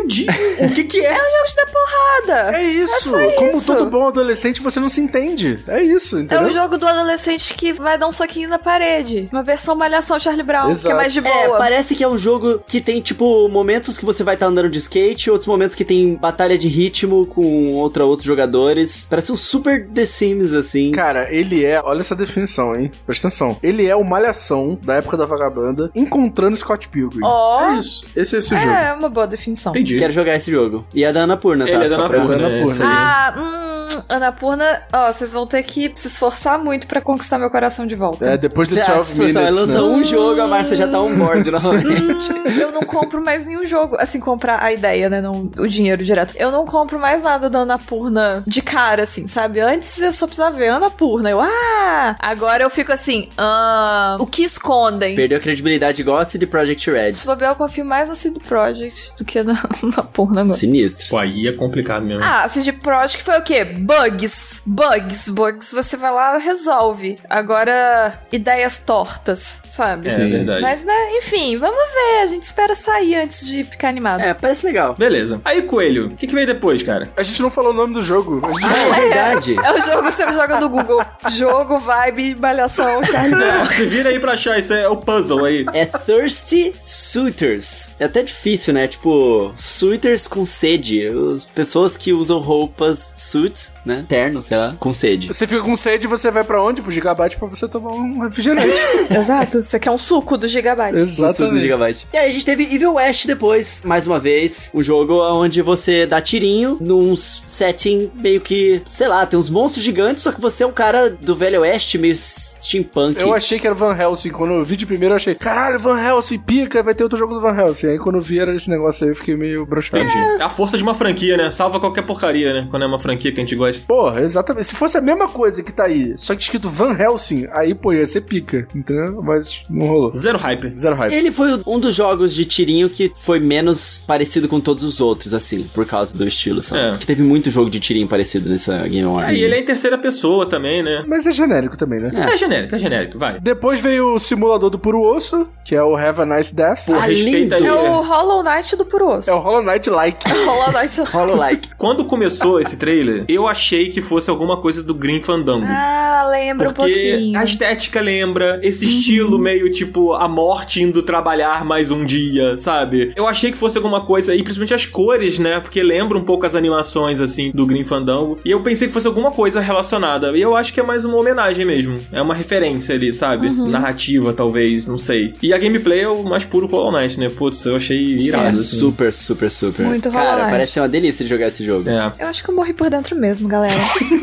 O que que é? É um jogo de dar porrada. É isso. É só Como isso. todo bom adolescente, você não se entende. É isso, É entendeu? o jogo do adolescente que vai dar um soquinho na parede. Uma versão Malhação Charlie Brown, Exato. que é mais de É, boa. parece que é um jogo que tem, tipo, momentos que você vai estar andando de skate, outros momentos que tem batalha de ritmo com outra, outros jogadores. Parece um super The Sims, assim. Cara, ele é... Olha essa definição, hein? Presta atenção. Ele é o Malhação da época da Vagabanda encontrando Scott Pilgrim. Ó. É isso. Esse é esse jogo. É, uma boa definição. Entendi. Quero jogar esse jogo. E é da Annapurna, tá? Ele é da Só pra- Annapurna, É da né? Annapurna. Esse aí. Ah, hum, Annapurna, ó, vocês vão ter que se esforçar muito pra conquistar meu coração de volta. É, depois de Você- doze se minutes, você lança né? um jogo, a Márcia já tá on board novamente. Hum, eu não compro mais nenhum jogo. Assim, comprar a ideia, né? Não o dinheiro direto. Eu não compro mais nada da Annapurna de cara, assim, sabe? Antes eu só precisava ver Annapurna. Eu, ah! Agora eu fico assim, ah, o que escondem? Perdeu a credibilidade igual a C D Projekt Red. Se bobear, eu confio mais na C D Projekt do que na Annapurna agora. Sinistro. Pô, aí é complicado mesmo. Ah, a C D Projekt foi o quê? Bugs. Bugs. Bugs você vai lá e resolve. Agora, ideias tortas, sabe? É verdade. Mas, né, enfim, vamos ver. A gente espera sair antes de ficar animado. É, parece legal. Beleza. Aí, Coelho, o que, que veio depois, cara? A gente não falou o nome do jogo. A gente Ah, é verdade. É o jogo que você joga no Google. Jogo, vibe, malhação, Charlie Brown. É, se vira aí pra achar, isso é o puzzle aí. É Thirsty Suitors. É até difícil, né? Tipo, suitors com sede. As pessoas que usam roupas suits, né? Terno, sei lá, com sede. Você fica com sede e você vai pra onde? Pro Gigabyte pra você tomar um refrigerante. Exato. Você quer um suco do Gigabyte. Com suco do Gigabyte. E aí a gente teve Evil West depois, mais uma vez. Um jogo onde você dá tirinho num setting meio que, sei lá, tem uns monstros gigantes, só que você é um cara do Velho Oeste, meio steampunk. Eu achei que era Van Helsing. Quando eu vi de primeiro, eu achei, caralho, Van Helsing, pica, vai ter outro jogo do Van Helsing. Aí quando eu vi era esse negócio aí, eu fiquei meio broxado. É a força de uma franquia, né? Salva qualquer porcaria, né? Quando é uma franquia que a gente gosta. Porra, exatamente. Se fosse a mesma coisa que tá aí, só que escrito Van Helsing, aí, pô, ia ser pica, entendeu? Mas não rolou. Zero hype. Zero hype. Ele foi um dos jogos de tirinho que foi menos parecido com todos os outros, assim, por causa do estilo, sabe? É. Porque teve muito jogo de tirinho parecido nessa Game Awards. Aí ele é em terceira pessoa também, né? Mas é genérico também, né? É. É genérico, é genérico, vai. Depois veio o simulador do Puro Osso, que é o Have a Nice Death. Pô, Ah, respeita lindo. aí. É o Hollow Knight do Puro Osso. É o Hollow Knight Like. Hollow Knight. Hollow Like. Quando começou esse trailer, eu achei que fosse alguma coisa do Grim Fandango. Ah, lembra um Porque pouquinho. a estética lembra, esse estilo meio tipo a morte indo trabalhar mais um dia, sabe? Eu achei que fosse alguma coisa aí, principalmente as cores, né? Porque lembra um pouco as animações, assim, do Grim Fandango. E eu pensei que fosse alguma coisa relacionada. E eu acho que é mais uma homenagem mesmo. É uma referência ali, sabe? Narrativa, talvez, não sei. E a gameplay é o mais puro Hollow Knight, né? Putz, eu achei irado, É assim. super, super, super. Muito Hollow Cara, Knight. parece ser uma delícia de jogar esse jogo. É. Eu acho que eu morri por dentro mesmo, galera.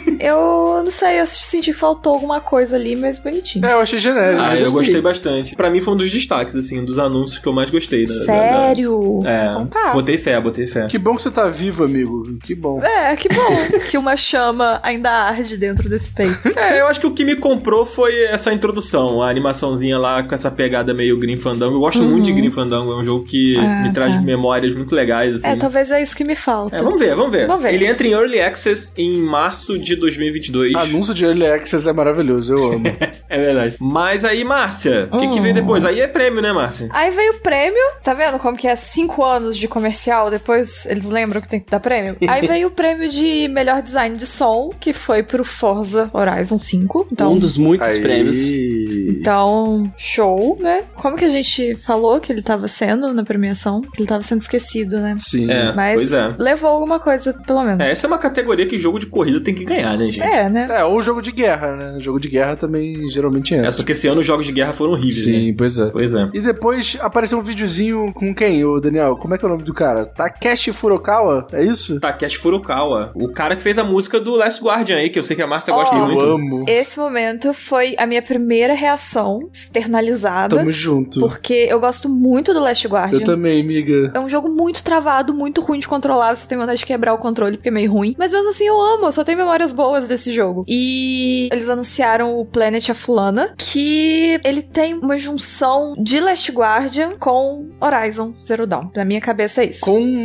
Eu não sei, eu senti que faltou alguma coisa ali, mas bonitinho. É, eu achei genérico. Ah, eu eu gostei. gostei bastante. Pra mim foi um dos destaques, assim, um dos anúncios que eu mais gostei. Da, da- Sério? da- É, Então tá. botei fé, botei fé. Que bom que você tá vivo, amigo. Que bom. É, que bom que uma chama ainda arde dentro desse peito. É, eu acho que o que me comprou foi essa introdução, a animaçãozinha lá com essa pegada meio Grim Fandango. Eu gosto muito de Grim Fandango, é um jogo que Ah, me traz tá. memórias muito legais, assim. É, talvez é isso que me falta. É, vamos ver, vamos ver. Vamos ver. Ele entra em Early Access em março de dois mil e vinte e dois. Anúncio de Early Access é maravilhoso, eu amo. É verdade. Mas aí, Márcia, o que, que Hum. veio depois? Aí é prêmio, né, Márcia? Aí veio o prêmio, tá vendo como que é cinco anos de comercial, depois eles lembram que tem que dar prêmio? Aí veio o prêmio de melhor design de som, que foi pro Forza Horizon cinco. Então, Um dos muitos Aí. prêmios. então, show, né? Como que a gente falou que ele tava sendo na premiação? Que ele tava sendo esquecido, né? Sim. É. Mas pois é. levou alguma coisa, pelo menos. É, essa é uma categoria que jogo de corrida tem que ganhar, né, gente? É, né? É, ou jogo de guerra, né? Jogo de guerra também geralmente entra. É, só que esse ano os jogos de guerra foram horríveis, Sim, né? pois é. Pois é. E depois apareceu um videozinho com quem, ô Daniel? Como é que é o nome do cara? Takeshi Furukawa? É isso? Takeshi Furukawa, o cara que fez a música do Last Guardian aí, que eu sei que a Márcia Ó, gosta Eu muito. Eu amo. Esse momento foi a minha primeira reação externalizada. Tamo junto. Porque eu gosto muito do Last Guardian. Eu também, amiga. É um jogo muito travado, muito ruim de controlar. Você tem vontade de quebrar o controle porque é meio ruim. Mas mesmo assim eu amo, eu só tenho memórias boas desse jogo. E eles anunciaram o Planet of Lana, que ele tem uma junção de Last Guardian com Horizon Zero Dawn. Na minha cabeça é isso. Com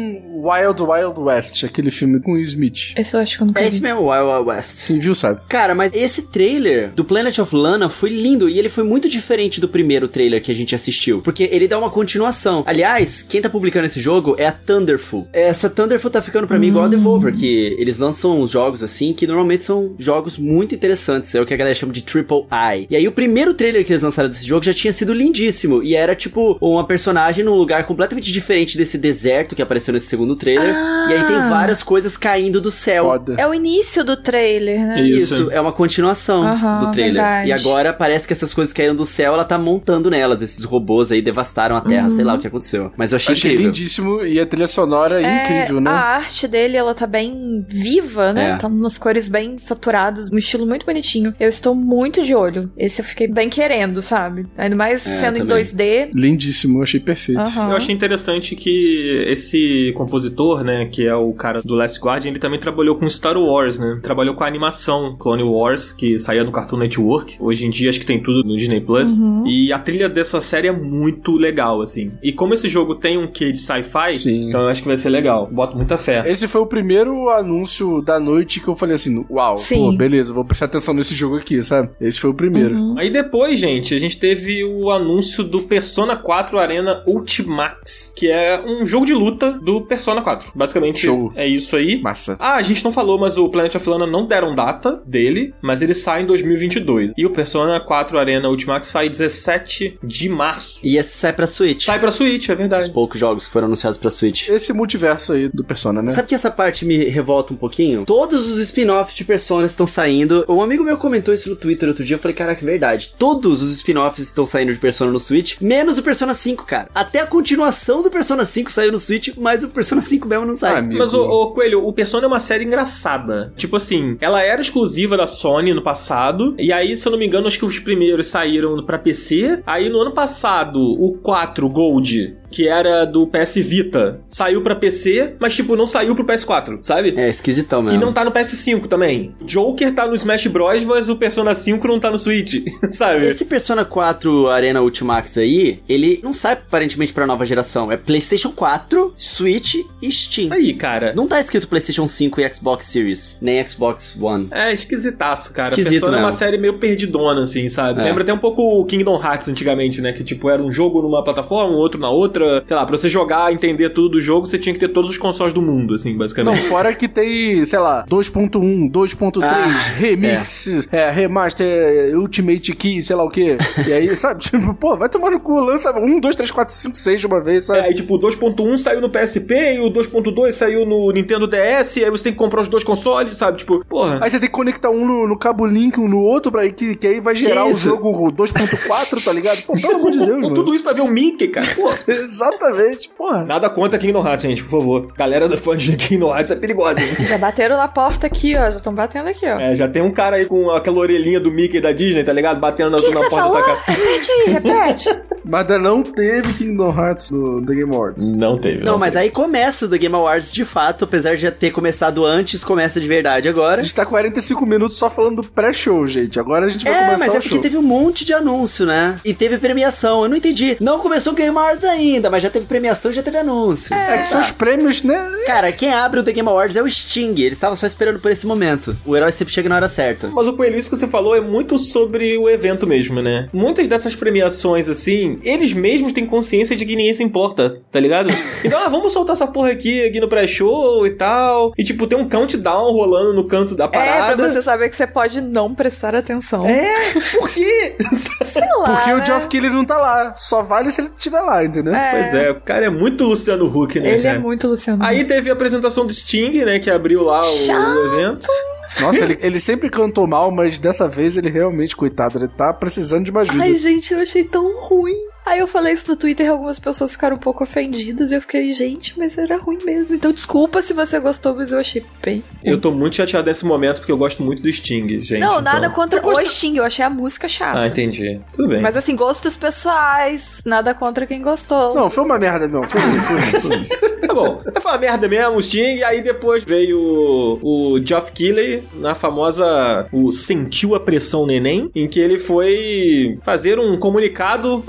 Wild Wild West, aquele filme com o Smith. Esse eu acho que eu nunca É vi. esse mesmo, Wild Wild West. Quem viu sabe. Cara, mas esse trailer do Planet of Lana foi lindo e ele foi muito diferente do primeiro trailer que a gente assistiu, porque ele dá uma continuação. Aliás, quem tá publicando esse jogo é a Thunderful. Essa Thunderful tá ficando pra mim igual a Devolver, que eles lançam uns jogos assim, que normalmente são jogos muito interessantes, é o que a galera chama de Triple I. E aí o primeiro trailer que eles lançaram desse jogo já tinha sido lindíssimo, e era tipo uma personagem num lugar completamente diferente desse deserto que apareceu nesse segundo trailer, Ah. e aí tem várias coisas caindo do céu. Foda. É o início do trailer, né? Isso. Isso, é uma continuação Aham, do trailer. verdade. E agora parece que essas coisas caíram do céu, ela tá montando nelas. Esses robôs aí devastaram a Terra, sei lá o que aconteceu. Mas eu achei, Achei incrível. lindíssimo e a trilha sonora é É, incrível, né? A arte dele, ela tá bem viva, né? É. Tá umas cores bem saturadas, um estilo muito bonitinho. Eu estou muito de olho. Esse eu fiquei bem querendo, sabe? Ainda mais É, sendo em também. dois D. Lindíssimo, eu achei perfeito. Aham. Eu achei interessante que esse compositor, né, que é o cara do Last Guardian, ele também trabalhou com Star Wars, né? Trabalhou com a animação Clone Wars, que saía no Cartoon Network. Hoje em dia acho que tem tudo no Disney Plus. Uhum. E a trilha dessa série é muito legal, assim. E como esse jogo tem um quê de sci-fi, Sim. então eu acho que vai ser legal. Boto muita fé. Esse foi o primeiro anúncio da noite que eu falei assim, uau, Sim. pô, beleza, vou prestar atenção nesse jogo aqui, sabe? Esse foi o primeiro. Uhum. Aí depois, gente, a gente teve o anúncio do Persona quatro Arena Ultimax, que é um jogo de luta do Persona quatro. Basicamente, Show. é isso aí. Massa. Ah, a gente não falou, mas o Planet of Lana não deram data dele, mas ele sai em dois mil e vinte e dois. E o Persona quatro Arena Ultimax sai dezessete de março. E esse sai pra Switch. Sai pra Switch, é Os verdade. poucos jogos que foram anunciados pra Switch. Esse multiverso aí do Persona, né? Sabe que essa parte me revolta um pouquinho? Todos os spin-offs de Persona estão saindo. Um amigo meu comentou isso no Twitter outro dia. Eu falei, caraca, é verdade. Todos os spin-offs estão saindo de Persona no Switch, menos o Persona cinco, cara. Até a continuação do Persona cinco saiu no Switch, mas o Persona cinco mesmo não sai. Ah, amigo. Mas, ô, ô, Coelho, o Persona é uma série engraçada. Tipo assim, ela era exclusiva da Sony no passado, e aí, se eu não me engano, acho que os primeiros saíram pra P C. Aí, no ano passado, o quatro Gold, que era do P S Vita, saiu pra P C, mas, tipo, não saiu pro P S quatro, sabe? É, esquisitão mesmo. E não tá no P S cinco também. Joker tá no Smash Bros, mas o Persona cinco não tá no Switch, sabe? Esse Persona quatro Arena Ultimax aí, ele não sai aparentemente pra nova geração. É PlayStation quatro, Switch e Steam. Aí, cara. Não tá escrito PlayStation cinco e Xbox Series, nem Xbox One. É esquisitaço, cara. Esquisito Persona é uma mesmo. série meio perdidona, assim, sabe? É. Lembra até um pouco o Kingdom Hearts antigamente, né? Que, tipo, era um jogo numa plataforma, um outro na outra. Sei lá, pra você jogar, entender tudo do jogo, você tinha que ter todos os consoles do mundo, assim, Não, basicamente. fora que tem, sei lá, dois ponto um, dois ponto três, Ah, remix, é. remaster, ultimate key, sei lá o quê. E aí, sabe, tipo, pô, vai tomar no cu, lança um, dois, três, quatro, cinco, seis de uma vez, sabe? É, aí, tipo, o dois ponto um saiu no P S P e o dois ponto dois saiu no Nintendo D S, e aí você tem que comprar os dois consoles, sabe? Tipo, porra. Aí você tem que conectar um no, no cabo link, um no outro, pra que, que aí vai gerar o isso? jogo dois ponto quatro, tá ligado? Pô, pelo amor de Deus, mano. Tudo isso pra ver o Mickey, cara. Porra. Exatamente, porra. Nada contra Kingdom Hearts, gente, por favor. Galera do fã de Kingdom Hearts é perigosa, hein? Já bateram na porta aqui, ó. Já estão batendo aqui, ó. É, já tem um cara aí com aquela orelhinha do Mickey da Disney, tá ligado? Batendo na, O que, que na você porta falou? da tua casa. Repete aí, repete. Mas ainda não teve Kingdom Hearts no The Game Awards. Não teve. Não, mas aí começa o The Game Awards de fato, apesar de já ter começado antes, começa de verdade A agora. gente tá quarenta e cinco minutos só falando do pré-show, gente. Agora a gente vai É, começar mas o é porque show. teve um monte de anúncio, né? E teve premiação, eu não entendi. Não começou o Game Awards ainda, mas já teve premiação e já teve anúncio. É que são os prêmios, né? Cara, quem abre o The Game Awards é o Sting, eles estavam só esperando por esse momento. O herói sempre chega na hora certa. Mas o Coelho, isso que você falou é muito sobre o evento mesmo, né? Muitas dessas premiações, assim, eles mesmos têm consciência de que ninguém se importa, tá ligado? Então, ah, vamos soltar essa porra aqui, aqui no pré-show e tal. E, tipo, tem um countdown rolando no canto da É, parada. pra você saber que você pode não prestar atenção. É, por quê? Sei lá, Porque né? o Geoff Keighley não tá lá. Só vale se ele estiver lá, entendeu? É. Pois é, o cara é muito Luciano Huck, né? Ele é cara? muito Luciano. Aí teve a apresentação do Sting, né, que abriu lá o, o evento. Nossa, ele, ele sempre cantou mal, mas dessa vez ele realmente, coitado, ele tá precisando de uma ajuda. Ai, gente, eu achei tão ruim. Aí eu falei isso no Twitter e algumas pessoas ficaram um pouco ofendidas. E eu fiquei, gente, mas era ruim mesmo. Então desculpa se você gostou, mas eu achei bem. Eu tô muito chateado nesse momento porque eu gosto muito do Sting, gente. Não, então. nada contra Eu gosto- o Sting, eu achei a música chata. Ah, entendi. Tudo bem. Mas assim, gostos pessoais, nada contra quem gostou. Não, foi uma merda mesmo. Foi ruim, foi ruim, foi ruim. Tá bom, foi uma merda mesmo, o Sting, e aí depois veio o, o Geoff Keighley na famosa, o Sentiu a Pressão Neném, em que ele foi fazer um comunicado. Lançou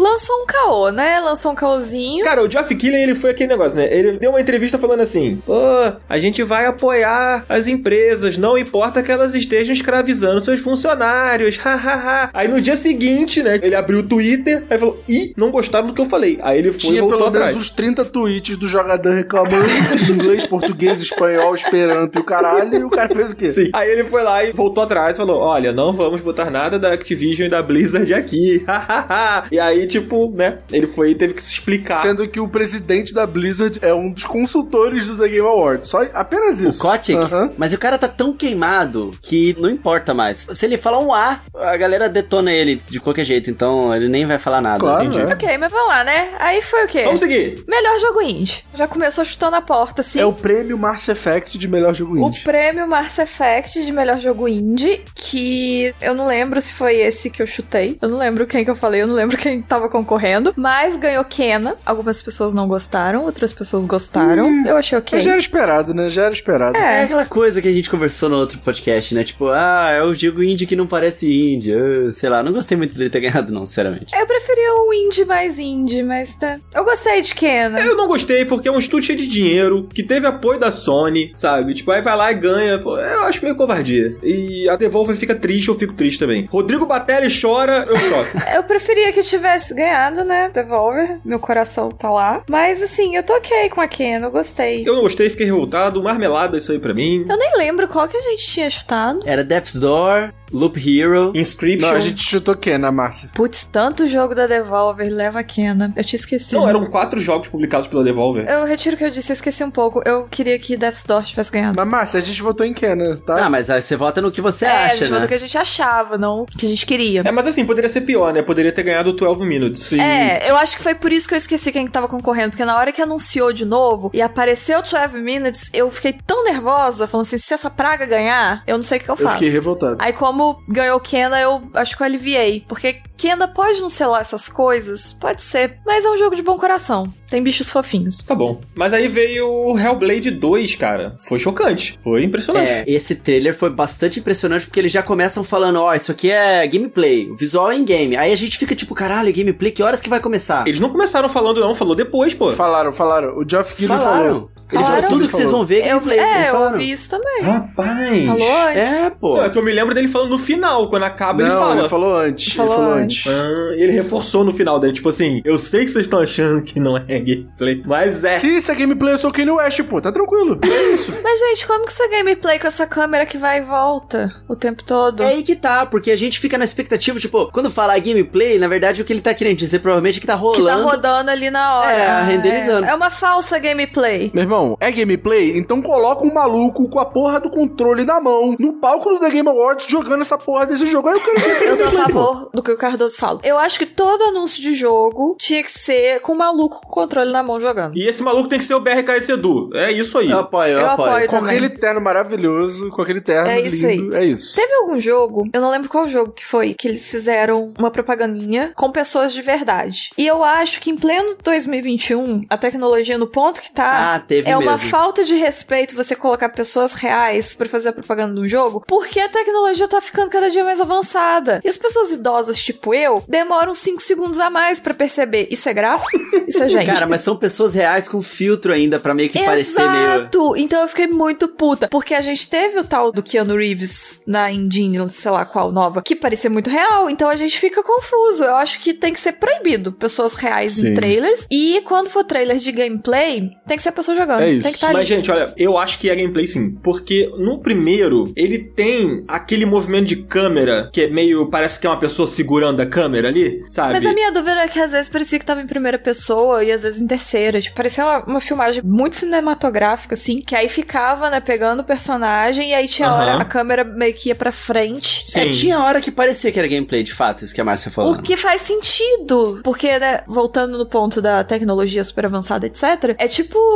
um caô, né? Lançou um caôzinho. Cara, o Geoff Keighley, ele foi aquele negócio, né? Ele deu uma entrevista falando assim, pô, a gente vai apoiar as empresas, não importa que elas estejam escravizando seus funcionários, hahaha. Aí no dia seguinte, né, ele abriu o Twitter, aí falou, ih, não gostaram do que eu falei. Aí ele foi Tinha e voltou pelo atrás. menos uns trinta tweets do jogador reclamando de inglês, português, espanhol, esperanto e o caralho, e o cara fez o quê? Sim. Aí ele foi lá e voltou atrás e falou, olha, não vamos botar nada da Activision e da Blizzard aqui, hahaha. E aí, tipo, né, ele foi e teve que se explicar. Sendo que o presidente da Blizzard é um dos consultores do The Game Awards. Só apenas isso. O Kotick? Uhum. Mas o cara tá tão queimado que não importa mais. Se ele falar um A, a galera detona ele de qualquer jeito, então ele nem vai falar nada. Claro, Entendi. é. Ok, mas vamos lá, né? Aí foi o quê? Vamos seguir. Melhor jogo indie. Já começou chutando a porta, assim. É o prêmio Mass Effect de melhor jogo O indie. prêmio Mass Effect de melhor jogo indie, que eu não lembro se foi esse que eu chutei. Eu não lembro quem que eu falei, eu não lembro quem tava concorrendo. Mas ganhou Kena. Algumas pessoas não gostaram, outras pessoas gostaram. Hum, eu achei ok. Mas já era esperado, né? Já era esperado. É. É. é aquela coisa que a gente conversou no outro podcast, né? Tipo, ah, é o jogo indie que não parece indie. Ah, sei lá, não gostei muito dele ter ganhado, não, sinceramente. Eu preferia o indie mais indie, mas tá. Eu gostei de Kena. Eu não gostei porque é um estúdio cheio de dinheiro, que teve apoio da Sony, sabe? Tipo, aí vai lá e ganha. Pô, eu acho meio covardia. E a Devolver fica triste, eu fico triste também. Rodrigo Batelli chora, eu choro. Eu preferia que tivesse ganhado, né? Devolver. Meu coração tá lá. Mas assim, eu tô ok com a Kena, eu gostei. Eu não gostei, fiquei revoltado. Marmelada isso aí pra mim. Eu nem lembro qual que a gente tinha chutado. Era Death's Door, Loop Hero. Inscription. Não, a gente chutou Kena, Márcia. Putz, tanto jogo da Devolver leva a Kena. Eu tinha esquecido. Não, eram quatro jogos publicados pela Devolver. Eu retiro o que eu disse, eu esqueci um pouco. Eu queria que Death's Door tivesse ganhado. Mas, Márcia, a gente votou em Kena, tá? Ah, mas aí você vota no que você é, a acha, gente né? votou o que a gente achava, não o que a gente queria. É, mas assim, poderia ser pior, né? Poderia ter ganhado o doze Minutes. Sim. É, eu acho que foi por isso que eu esqueci quem que tava concorrendo, porque na hora que anunciou de novo e apareceu o doze Minutes, eu fiquei tão nervosa, falando assim, se essa praga ganhar, eu não sei o que eu Eu faço. fiquei revoltado. Aí como ganhou Kena, eu acho que eu aliviei, porque Kena pode não ser lá essas coisas, pode ser, mas é um jogo de bom coração, tem bichos fofinhos. Tá bom. Mas aí veio o Hellblade dois, cara. Foi chocante. Foi impressionante. É, esse trailer foi bastante impressionante porque eles já começam falando, ó, oh, isso aqui é gameplay, o visual é in-game. Aí a gente fica tipo, caralho, gameplay, que horas que vai começar? Eles não começaram falando, não. Falou depois, pô. Falaram, falaram. O Geoff Keighley Falaram. falou. Eles Falaram? falaram tudo que vocês vão ver, Eu, gameplay. é, eles eu falaram. ouvi isso também. Rapaz. Falou antes. É, pô. Não, é que eu me lembro dele falando no final, quando acaba Não, ele fala. ele falou antes. Ele Falou falou antes. antes. Ah, ele reforçou no final daí, tipo assim, eu sei que vocês estão achando que não é gameplay, mas é. Se isso é gameplay, eu sou Kanye West, pô. Tá tranquilo. É isso. Mas, gente, como que você gameplay com essa câmera que vai e volta o tempo todo? É aí que tá, porque a gente fica na expectativa, tipo, quando falar gameplay, na verdade o que ele tá querendo dizer provavelmente é que tá rolando. Que tá rodando ali na hora. É, renderizando. É, é uma falsa gameplay. Meu irmão, é gameplay? Então coloca um maluco com a porra do controle na mão no palco do The Game Awards jogando essa porra desse jogo. Aí eu quero ver esse Eu tô a gameplay, pô. favor do que o Cardoso fala. Eu acho que todo anúncio de jogo tinha que ser com um maluco com o controle na mão jogando. E esse maluco tem que ser o B R K S Edu. É isso aí. Eu apoio, eu, Eu apoio. apoio. Com também. aquele terno maravilhoso, com aquele terno É isso lindo. É isso. Teve algum jogo, eu não lembro qual jogo que foi, que eles fizeram uma propagandinha com pessoas de verdade. E eu acho que em pleno dois mil e vinte e um, a tecnologia no ponto que tá, Ah, teve é uma mesmo. falta de respeito você colocar pessoas reais pra fazer a propaganda de um jogo, porque a tecnologia tá ficando cada dia mais avançada. E as pessoas idosas, tipo eu, demoram cinco segundos a mais pra perceber. Isso é gráfico? Isso é gente. Cara, mas são pessoas reais com filtro ainda, pra meio que parecer meio... Exato! Então eu fiquei muito puta. Porque a gente teve o tal do Keanu Reeves na engine, sei lá qual nova, que parecia muito real. Então a gente fica confuso. Eu acho que tem que ser proibido pessoas reais Sim. em trailers. E quando for trailer de gameplay, tem que ser a pessoa jogando. É isso. Tem que estar Mas, ali. gente, olha, eu acho que é gameplay sim. Porque no primeiro, ele tem aquele movimento de câmera que é meio. Parece que é uma pessoa segurando a câmera ali, sabe? Mas a minha dúvida é que às vezes parecia que tava em primeira pessoa e às vezes em terceira. Tipo, parecia uma, uma filmagem muito cinematográfica, assim, que aí ficava, né, pegando o personagem e aí tinha Aham. hora a câmera meio que ia pra frente. Sim. É, tinha hora que parecia que era gameplay, de fato, isso que a Márcia falou. O que faz sentido, porque, né, voltando no ponto da tecnologia super avançada, etcétera, é tipo, sei lá,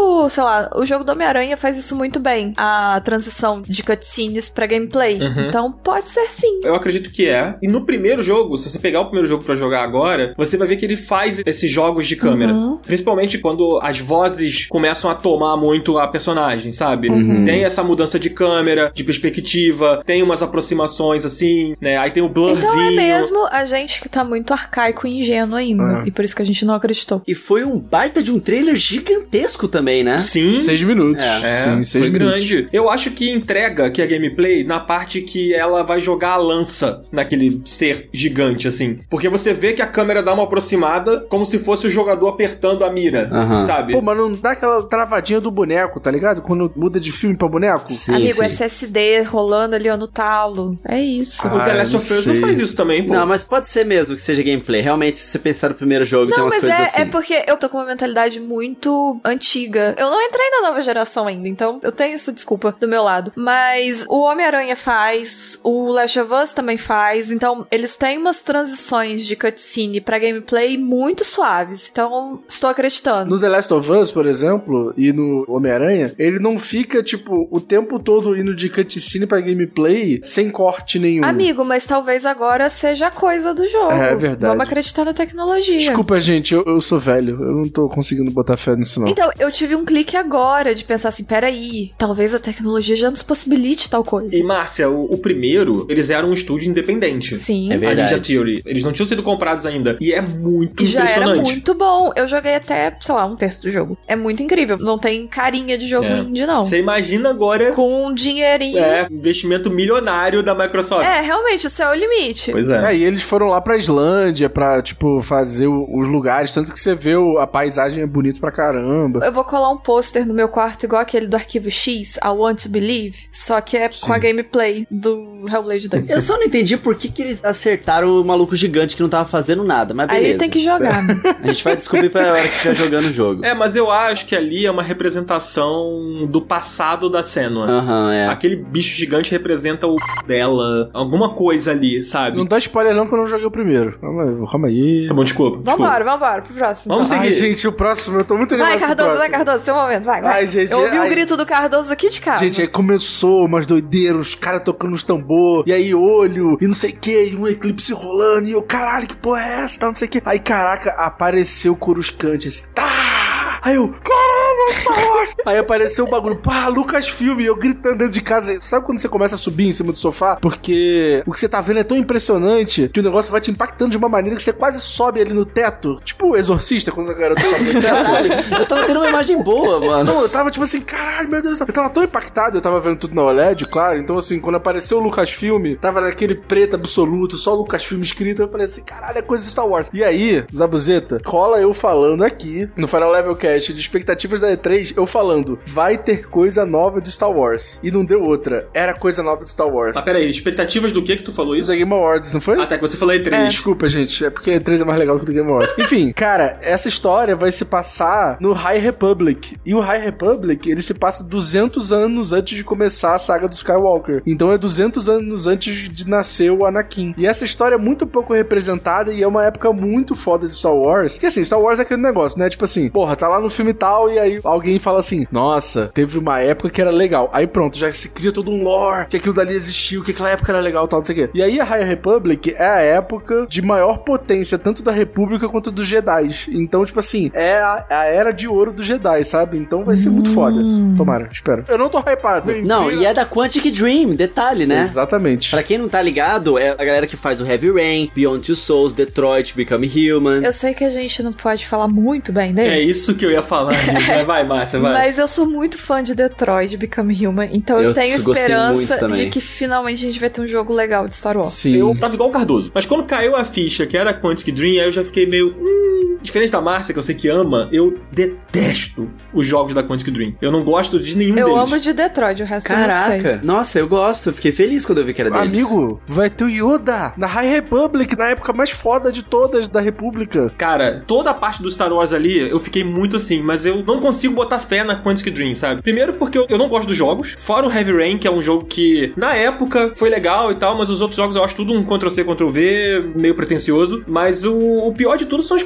lá, o jogo do Homem-Aranha faz isso muito bem, a transição de cutscenes pra gameplay. Uhum. Então pode ser sim. Eu acredito que é. E no primeiro jogo, se você pegar o primeiro jogo pra jogar agora, você vai ver que ele faz esses jogos de câmera. Uhum. Principalmente quando as vozes começam a tomar muito a personagem, sabe? Uhum. Tem essa mudança de câmera, de perspectiva, tem umas aproximações assim, né? Aí tem o blurzinho. Então é mesmo a gente que tá muito arcaico e ingênuo ainda. Uhum. E por isso que a gente não acreditou. E foi um baita de um trailer gigantesco também, né? Sim. Seis minutos. É, Sim, seis foi minutos. grande. Eu acho que entrega que a gameplay na parte que ela vai jogar a lança naquele ser gigante, assim. Porque você vê que a câmera dá uma aproximada como se fosse o jogador apertando a mira, Aham. sabe? Pô, mas não dá aquela travadinha do boneco, tá ligado? Quando muda de filme pra boneco. Sim, Amigo, sim. S S D rolando ali ó, no talo. É isso. O The Ah, Last não of Us não sei. faz isso também, pô. Não, mas pode ser mesmo que seja gameplay. Realmente, se você pensar no primeiro jogo, tem Não, umas mas coisas é, assim. é porque eu tô com uma mentalidade muito antiga. Eu não entrei na nova geração ainda, então eu tenho essa desculpa do meu lado. Mas o Homem-Aranha faz, o Last of Us também faz, então eles têm umas transições de cutscene pra gameplay muito suaves. Então, estou acreditando. No The Last of Us, por exemplo, e no Homem-Aranha, ele não fica, tipo, o tempo todo indo de cutscene pra gameplay sem corte nenhum. Amigo, mas talvez agora seja a coisa do jogo. É verdade. Vamos acreditar na tecnologia. Desculpa, gente, eu, eu sou velho. Eu não tô conseguindo botar fé nisso, não. Então, eu tive um clique agora de pensar assim, peraí, talvez a tecnologia já nos possibilite tal coisa. E, Márcia, o, o primeiro, eles eram um estúdio independente. Sim. É A verdade. Ninja Theory. Eles não tinham sido comprados ainda. E é muito E já era impressionante. muito bom. Eu joguei até, sei lá, um terço do jogo. É muito incrível. Não tem carinha de jogo É. indie, não. Você imagina agora... Com um dinheirinho. É, investimento milionário da Microsoft. É, realmente, o céu é o limite. Pois é. É, e eles foram lá pra Islândia pra, tipo, fazer o- os lugares, tanto que você vê o- a paisagem é bonito pra caramba. Eu vou colar um pôster no meu quarto igual aquele do Arquivo X, I Want to Believe, só que é com a gameplay do Hellblade dois. Eu só não entendi por que, que eles acertaram o maluco gigante que não tava fazendo nada, mas beleza. Aí tem que jogar, né? A gente vai descobrir pra hora que estiver jogando o jogo. É, mas eu acho que ali é uma representação do passado da Senua. Aham, é. Aquele bicho gigante representa o dela, alguma coisa ali, sabe? Não dá spoiler não que eu não joguei o primeiro. Calma, calma aí. Tá bom, desculpa. desculpa. Vambora, vambora, pro próximo. Vamos então. seguir. Ai, gente, o próximo, eu tô muito animado Vai, pro Cardoso, vai, próximo. Cardoso, seu momento, vai, vai. Ai, gente, Eu ouvi ai. o grito do Cardoso aqui de casa. Gente, aí começou umas doideiras, os caras tocando os tambor, e aí olho, e não sei o que, e um eclipse rolando, e eu, caralho, que porra é essa, tal, não sei o que. Aí, caraca, apareceu o Coruscante, assim, tá! Aí eu, caralho, Star Wars! Aí apareceu o bagulho, pá, Lucasfilm, e eu gritando dentro de casa. Sabe quando você começa a subir em cima do sofá? Porque o que você tá vendo é tão impressionante que o negócio vai te impactando de uma maneira que você quase sobe ali no teto. Tipo o Exorcista, quando a garota sobe no teto. Caralho, eu tava tendo uma imagem boa, mano. Não, eu tava tipo assim, caralho, meu Deus do céu. Eu tava tão impactado, eu tava vendo tudo na O L E D, claro. Então, assim, quando apareceu o Lucasfilm, tava naquele preto absoluto, só o Lucasfilm escrito. Eu falei assim, caralho, é coisa de Star Wars. E aí, Zabuzeta, cola eu falando aqui no Final Level Cast de expectativas da E três, eu falando, vai ter coisa nova de Star Wars. E não deu outra. Era coisa nova de Star Wars. Mas peraí, expectativas do que que tu falou isso? Da Game Awards, não foi? Até que você falou E três. Desculpa, gente. É porque E três é mais legal do que o Game Awards. Enfim, cara, essa história vai se passar no High Republic. E o High Republic, ele se passa duzentos anos antes de começar a saga do Skywalker. Então é duzentos anos antes de nascer o Anakin. E essa história é muito pouco representada e é uma época muito foda de Star Wars. Que assim, Star Wars é aquele negócio, né? Tipo assim, porra, tá lá no filme tal e aí alguém fala assim, nossa, teve uma época que era legal. Aí pronto, já se cria todo um lore, que aquilo dali existiu, que aquela época era legal, tal, não sei o quê. E aí a High Republic é a época de maior potência, tanto da República quanto dos Jedi. Então, tipo assim, é a, a era de ouro dos Jedi, sabe? Então vai ser muito foda. Tomara, espero. Eu não tô hypado. Não, e é da Quantic Dream, detalhe, né? Exatamente. Pra quem não tá ligado, é a galera que faz o Heavy Rain, Beyond Two Souls, Detroit, Become Human. Eu sei que a gente não pode falar muito bem deles. É isso que eu ia falar, gente. Vai, vai, Márcia, vai. Mas eu sou muito fã de Detroit, Become Human, então eu, Eu tenho gostei esperança muito também. de que finalmente a gente vai ter um jogo legal de Star Wars. Sim. Eu tava igual o Cardoso. Mas quando caiu a ficha que era Quantic Dream, aí eu já fiquei meio... Hum... Diferente da Márcia, que eu sei que ama, eu detesto os jogos da Quantic Dream. Eu não gosto de nenhum Eu deles. amo de Detroit, o resto eu não sei. Caraca, nossa, eu gosto. Eu fiquei feliz quando eu vi que era deles. Amigo, vai ter o Yoda na High Republic, na época mais foda de todas da República. Cara, toda a parte do Star Wars ali, eu fiquei muito assim, mas eu não consigo botar fé na Quantic Dream, sabe? Primeiro porque eu, eu não gosto dos jogos, fora o Heavy Rain, que é um jogo que, na época, foi legal e tal, mas os outros jogos eu acho tudo um Ctrl-C, Ctrl-V, meio pretencioso. Mas o, o pior de tudo são as polêmicas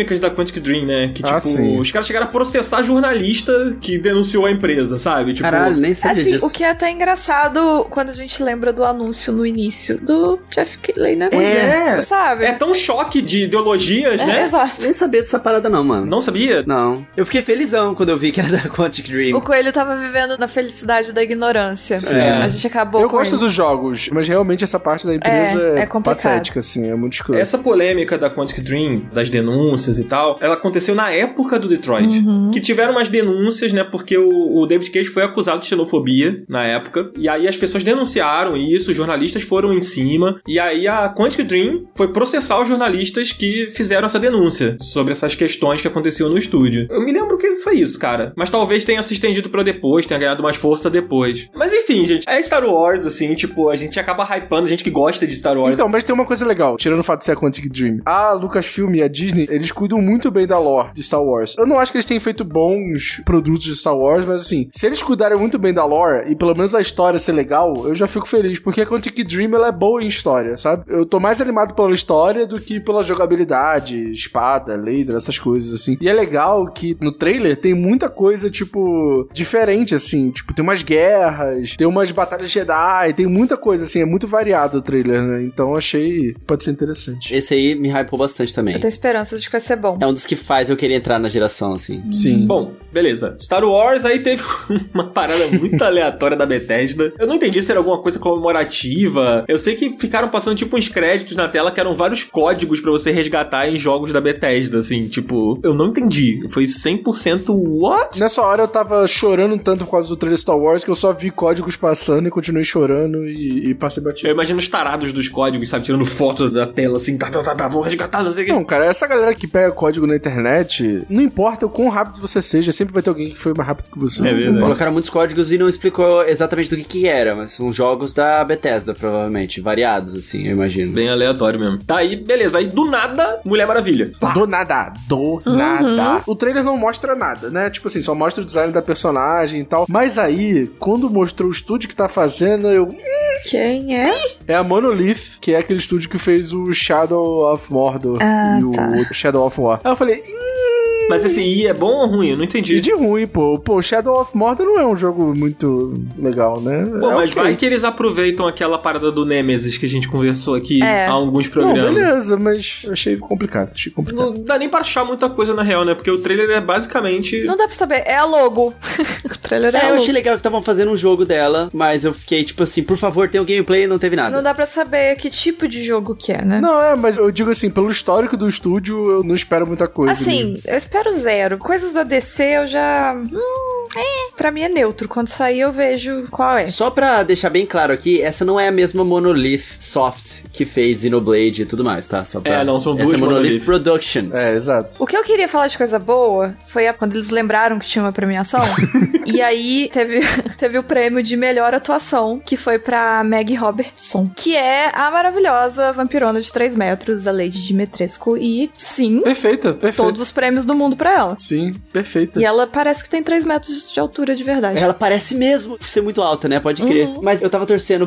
polêmicas da Quantic Dream, né? Que, tipo, Ah, sim. os caras chegaram a processar jornalista que denunciou a empresa, sabe? Tipo, Caralho, nem sabia Assim, disso. o que é até engraçado quando a gente lembra do anúncio no início do Jeff Keighley, né? Pois é. Sabe? É tão choque de ideologias, É, né? exato. Nem sabia dessa parada não, mano. Não sabia? Não. Eu fiquei felizão quando eu vi que era da Quantic Dream. O Coelho tava vivendo na felicidade da ignorância. Sim. A gente acabou Eu com gosto ele. dos jogos, mas realmente essa parte da empresa É, é, é complicado. patética, assim, é muito escuro. Essa polêmica da Quantic Dream, das denúncias e tal, ela aconteceu na época do Detroit. Uhum. Que tiveram umas denúncias, né? Porque o, o David Cage foi acusado de xenofobia na época. E aí as pessoas denunciaram isso, os jornalistas foram em cima. E aí a Quantic Dream foi processar os jornalistas que fizeram essa denúncia sobre essas questões que aconteciam no estúdio. Eu me lembro que foi isso, cara. Mas talvez tenha se estendido pra depois, tenha ganhado mais força depois. Mas enfim, gente, é Star Wars, assim, tipo, a gente acaba hypando, a gente que gosta de Star Wars. Então, mas tem uma coisa legal, tirando o fato de ser a Quantic Dream. A Lucasfilm e a Disney, eles cuidam muito bem da lore de Star Wars. Eu não acho que eles tenham feito bons produtos de Star Wars, mas assim, se eles cuidarem muito bem da lore e pelo menos a história ser legal, eu já fico feliz, porque a Quantic Dream, ela é boa em história, sabe? Eu tô mais animado pela história do que pela jogabilidade, espada, laser, essas coisas, assim. E é legal que no trailer tem muita coisa, tipo, diferente, assim. Tipo, tem umas guerras, tem umas batalhas Jedi, tem muita coisa, assim. É muito variado o trailer, né? Então achei... pode ser interessante. Esse aí me hypou bastante também. Eu tenho esperança de que vai ser bom. É um dos que faz eu querer entrar na geração, assim. Sim. Bom, beleza. Star Wars, aí teve uma parada muito aleatória da Bethesda. Eu não entendi se era alguma coisa comemorativa. Eu sei que ficaram passando, tipo, uns créditos na tela que eram vários códigos pra você resgatar em jogos da Bethesda, assim. Tipo, eu não entendi. Foi cem por cento what? Nessa hora eu tava chorando tanto por causa do trailer Star Wars que eu só vi códigos passando e continuei chorando e, e passei batido. Eu imagino os tarados dos códigos, sabe? Tirando foto da tela, assim. Tá, tá, tá, tá, vou resgatar, não sei o que. Não, cara, essa galera que pega código na internet, não importa o quão rápido você seja, sempre vai ter alguém que foi mais rápido que você. É verdade. Colocaram muitos códigos e não explicou exatamente do que que era, mas são jogos da Bethesda, provavelmente. Variados, assim, eu imagino. Bem aleatório mesmo. Tá aí, beleza. Aí, do nada, Mulher Maravilha. Pá. Do nada, do nada. O trailer não mostra nada, né? Tipo assim, só mostra o design da personagem e tal. Mas aí, quando mostrou o estúdio que tá fazendo, eu... Quem é? É a Monolith, que é aquele estúdio que fez o Shadow of Mordor Ah, e o tá. Shadow of War. Aí eu falei... Mas esse I é bom ou ruim? Eu não E entendi. de ruim, pô. Pô, Shadow of Mordor não é um jogo muito legal, né? Pô, é mas ok. vai que eles aproveitam aquela parada do Nemesis que a gente conversou aqui É. há alguns Não, programas. beleza, mas eu achei complicado. Achei complicado. Não dá nem pra achar muita coisa na real, né? Porque o trailer é basicamente... Não dá pra saber. É a logo. O trailer é, É, a eu logo. achei legal que estavam fazendo um jogo dela, mas eu fiquei tipo assim, por favor, tem um gameplay e não teve nada. Não dá pra saber que tipo de jogo que é, né? Não, é, mas eu digo assim, pelo histórico do estúdio, eu não espero muita coisa. Assim, eu espero zero. Coisas da D C eu já... Hum, é. Pra mim é neutro. Quando sair eu vejo qual é. Só pra deixar bem claro aqui, essa não é a mesma Monolith Soft que fez Xenoblade e tudo mais, tá? Só pra... É, não, são duas Essa é Monolith, Monolith. Productions. É, exato. O que eu queria falar de coisa boa foi a- quando eles lembraram que tinha uma premiação. E aí teve, teve o prêmio de melhor atuação, que foi pra Maggie Robertson, que é a maravilhosa vampirona de três metros, a Lady Dimitrescu. E sim, Perfeita, perfeita. todos os prêmios do mundo pra ela. Sim, perfeita. E ela parece que tem três metros de altura de verdade. Ela parece mesmo ser muito alta, né? Pode crer. Mas eu tava torcendo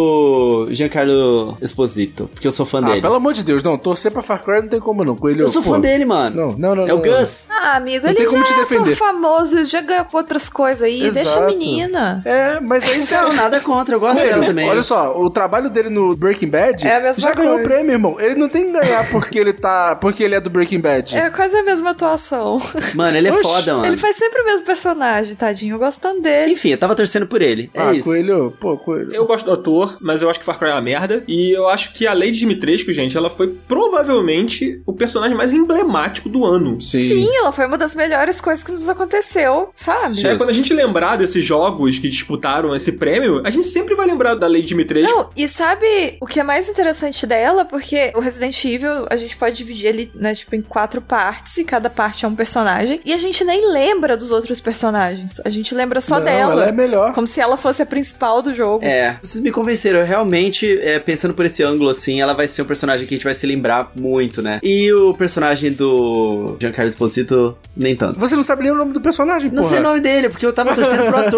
pro Giancarlo Esposito, porque eu sou fã Ah, dele. pelo amor de Deus, não, torcer pra Far Cry não tem como não, Coelho. Eu sou pô. fã dele, mano. Não, não, não. É não, o Gus. Ah, amigo, Não ele tem como já te é ator defender. famoso, já ganhou com outras coisas aí. Deixa a Exato. menina. É, mas aí você... Não, nada contra, eu gosto Coelho, dela também. olha só, o trabalho dele no Breaking Bad É a mesma já ganhou o coisa. prêmio, irmão. Ele não tem que ganhar porque ele tá... porque ele é do Breaking Bad. É quase a mesma atuação. Mano, ele é Oxi, foda, mano. Ele faz sempre o mesmo personagem, tadinho. Eu gosto tanto dele. Enfim, eu tava torcendo por ele. É ah, isso. Coelho, pô, Coelho. Eu gosto do ator, mas eu acho que Far Cry é uma merda. E eu acho que a Lady Dimitrescu, gente, ela foi provavelmente o personagem mais emblemático do ano. Sim, ela foi uma das melhores coisas que nos aconteceu, sabe? É, quando a gente lembrar desses jogos que disputaram esse prêmio, a gente sempre vai lembrar da Lady Dimitrescu. Não, e sabe o que é mais interessante dela? Porque o Resident Evil, a gente pode dividir ele, né, tipo, em quatro partes, e cada parte é um personagem, e a gente nem lembra dos outros personagens. A gente lembra só Não, dela. ela é melhor. Como se ela fosse a principal do jogo. É, vocês me convenceram. Eu realmente, é, pensando por esse ângulo, assim, ela vai ser um personagem que a gente vai se lembrar muito, né? E o personagem do Giancarlo Esposito, nem tanto. Você não sabe nem o nome do personagem, Não porra. sei o nome dele, porque eu tava torcendo pro ator, que eu gosto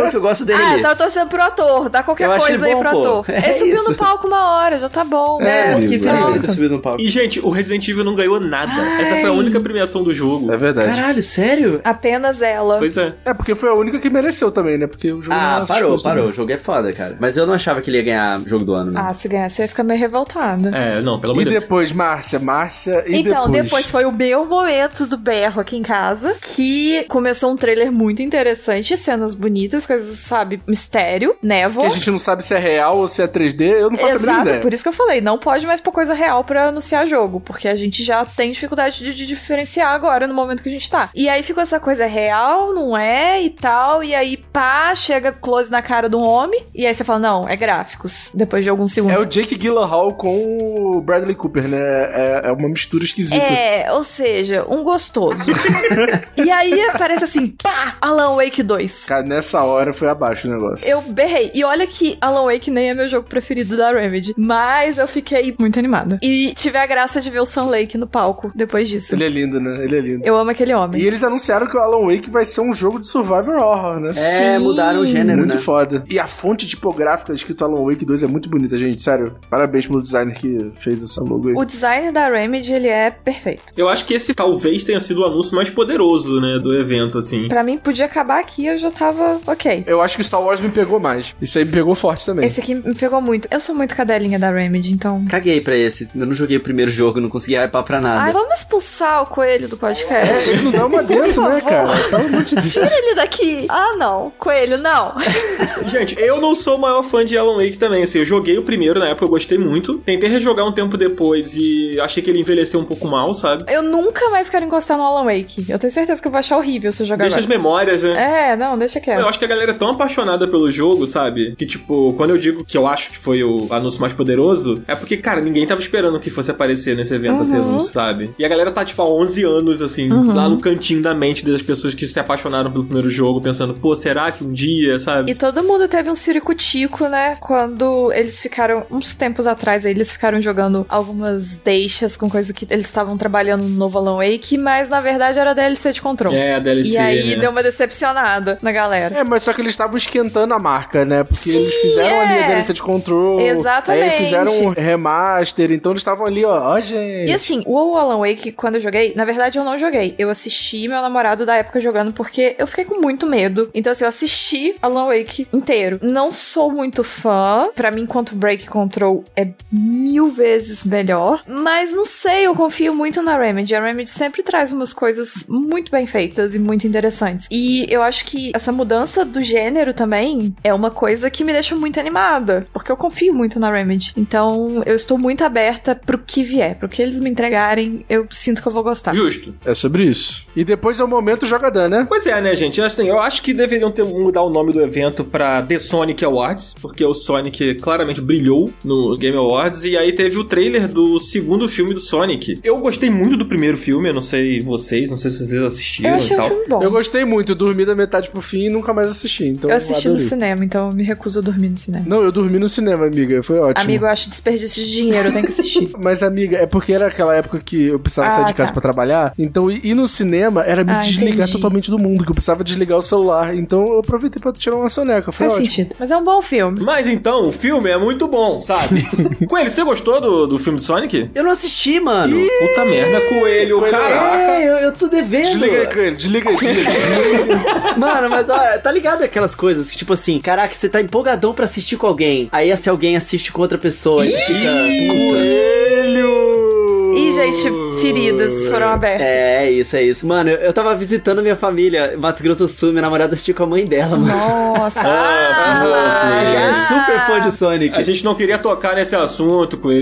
dele. Ah, tá torcendo pro ator. Dá qualquer Eu achei coisa aí bom, pro pô. ator. É Ele subiu isso. no palco uma hora, já tá bom. É, eu fiquei amigo, feliz é. de ter subido no palco. E, gente, o Resident Evil não ganhou nada. Ai. Essa foi a única premiação do jogo. É verdade. Caralho, sério? Apenas ela. Pois é. É, porque foi a única que mereceu também, né? Porque o jogo Ah, não parou, assistiu parou. também. O jogo é foda, cara. Mas eu não achava que ele ia ganhar jogo do ano, né? Ah, se ganhar, você ia ficar meio revoltada. É, não, pelo amor E de Deus. depois, Márcia, Márcia, e Então, depois? depois foi o meu momento do berro aqui em casa, que começou um trailer muito interessante, cenas bonitas, coisas, sabe, mistério, névoa. Que a gente não sabe se é real ou se é três D, eu não faço a mínima Exato, ideia. por isso que eu falei, não pode mais pôr coisa real pra anunciar jogo, porque a gente já tem dificuldade de, de diferenciar agora no momento que a gente tá. E aí ficou essa coisa real, não é, e tal, e aí pá, chega close na cara do homem, e aí você fala, não, é gráficos, depois de alguns segundos. É o Jake Gyllenhaal com o Bradley Cooper, né? É, é uma mistura esquisita. É, ou seja, um gostoso. E aí aparece assim, pá, Alan Wake dois. Cara, nessa hora foi abaixo o negócio. Eu berrei. E olha que Alan Wake nem é meu jogo preferido da Remedy. Mas eu fiquei muito animada. E tive a graça de ver o Sam Lake no palco depois disso. Ele é lindo, né? Ele é lindo. Eu amo aquele homem. E eles anunciaram que o Alan Wake vai ser um jogo de survival horror, né? É, Sim. mudaram o gênero, Muito né? foda. E a fonte tipográfica escrito Alan Wake dois é muito bonita, gente. Sério. Parabéns pelo designer que fez essa logo aí. O design da Remedy, ele é perfeito. Eu acho que esse talvez tenha sido o anúncio mais poderoso, né, do evento, assim. Pra mim, podia acabar aqui, eu já tava ok. Eu acho que Star Wars me pegou mais. Isso aí me pegou forte também. Esse aqui me pegou muito. Eu sou muito cadelinha da Remedy, então... Caguei pra esse. Eu não joguei o primeiro jogo, não consegui hypar pra nada. Ai, vamos expulsar o coelho do podcast. Ele não dá uma dentro, Por né, favor. cara? Pelo amor de Deus. Tira ele daqui. Ah, não. Coelho, não. Gente, eu não sou o maior fã de Alan Wake também, assim, eu joguei o primeiro na época, eu gostei muito. Tentei rejogar um tempo depois e achei que ele envelheceu um pouco mal, sabe? Eu nunca mais quero encostar no Alan Wake. Eu tenho certeza que eu vou achar horrível se eu jogar Deixa as agora. memórias, né? É, não, deixa quieto. Eu acho que a galera é tão apaixonada pelo jogo, sabe? Que, tipo, quando eu digo que eu acho que foi o anúncio mais poderoso, é porque, cara, ninguém tava esperando que fosse aparecer nesse evento, Uhum. esse anúncio, sabe? E a galera tá, tipo, há onze anos, assim, Uhum. lá no cantinho da mente das pessoas que se apaixonaram pelo primeiro jogo, pensando, pô, será que um dia, sabe? E todo mundo teve um ciricutico, né? Quando eles ficaram, uns tempos atrás, aí, eles ficaram jogando algumas deixas com coisa que eles estavam trabalhando no novo Alan Wake, mas na verdade era D L C de Control. É, a D L C, E aí né? deu uma decepcionada na galera. É, mas só que eles estavam esquentando a marca, né? Porque Sim, eles fizeram é. ali a D L C de Control. Exatamente. Aí fizeram um remaster, então eles estavam ali, ó, ó, gente. E assim, o Alan Wake, quando eu joguei, na verdade eu não joguei. Eu assisti meu namorado da época jogando porque eu fiquei com muito medo. Então assim, eu assisti Alan Wake inteiro. Não sou muito fã. Pra mim, Quantum Break Control é mil vezes melhor. Mas não sei, eu confio muito na Remedy. A Remedy sempre traz umas coisas muito bem feitas e muito interessantes. E eu acho que essa mudança do gênero também é uma coisa que me deixa muito animada. Porque eu confio muito na Remedy. Então, eu estou muito aberta pro que vier. Pro que eles me entregarem, eu sinto que eu vou gostar. Justo. É sobre isso. E depois é o momento Jogadã, né? Pois é, né, gente? Assim, eu acho que deveriam ter mudar o nome do evento pra The Sonic Awards, porque o Sonic claramente brilhou no Game Awards, e aí teve o trailer do segundo filme do Sonic. Eu gostei muito do primeiro filme, eu não sei vocês, não sei se vocês assistiram Eu e achei um tal. filme bom. Eu gostei muito, eu dormi da metade pro fim e nunca mais assisti, então Eu assisti no adorei. cinema, então eu me recuso a dormir no cinema. Não, eu dormi no cinema, amiga, foi ótimo. Amigo, eu acho desperdício de dinheiro, eu tenho que assistir. Mas, amiga, é porque era aquela época que eu precisava Ah, sair de casa tá. pra trabalhar, então ir no cinema era me Ah, desligar entendi. totalmente do mundo, que eu precisava desligar o celular, então eu aproveitei pra tirar uma soneca, foi Faz ótimo. sentido. Mas é um bom filme. Mas então, o filme é muito bom, sabe? Coelho, você gostou do, do filme do Sonic? Eu não assisti, mano. Puta merda, Coelho, Coelho, caraca. É, eu, eu tô devendo. Desliga aí, Coelho, desliga aí, desliga aí. Mano, mas ó, tá ligado aquelas coisas que, tipo assim, caraca, você tá empolgadão pra assistir com alguém. Aí esse alguém assiste com outra pessoa. E fica. Coelho! Ih, gente, feridas foram abertas. É, isso, é isso. Mano, eu, eu tava visitando minha família, em Mato Grosso do Sul, minha namorada assistiu com a mãe dela, mano. Nossa. Ah, Que ela é ah. super fã de Sonic. A gente não queria tocar nesse assunto, Coelho.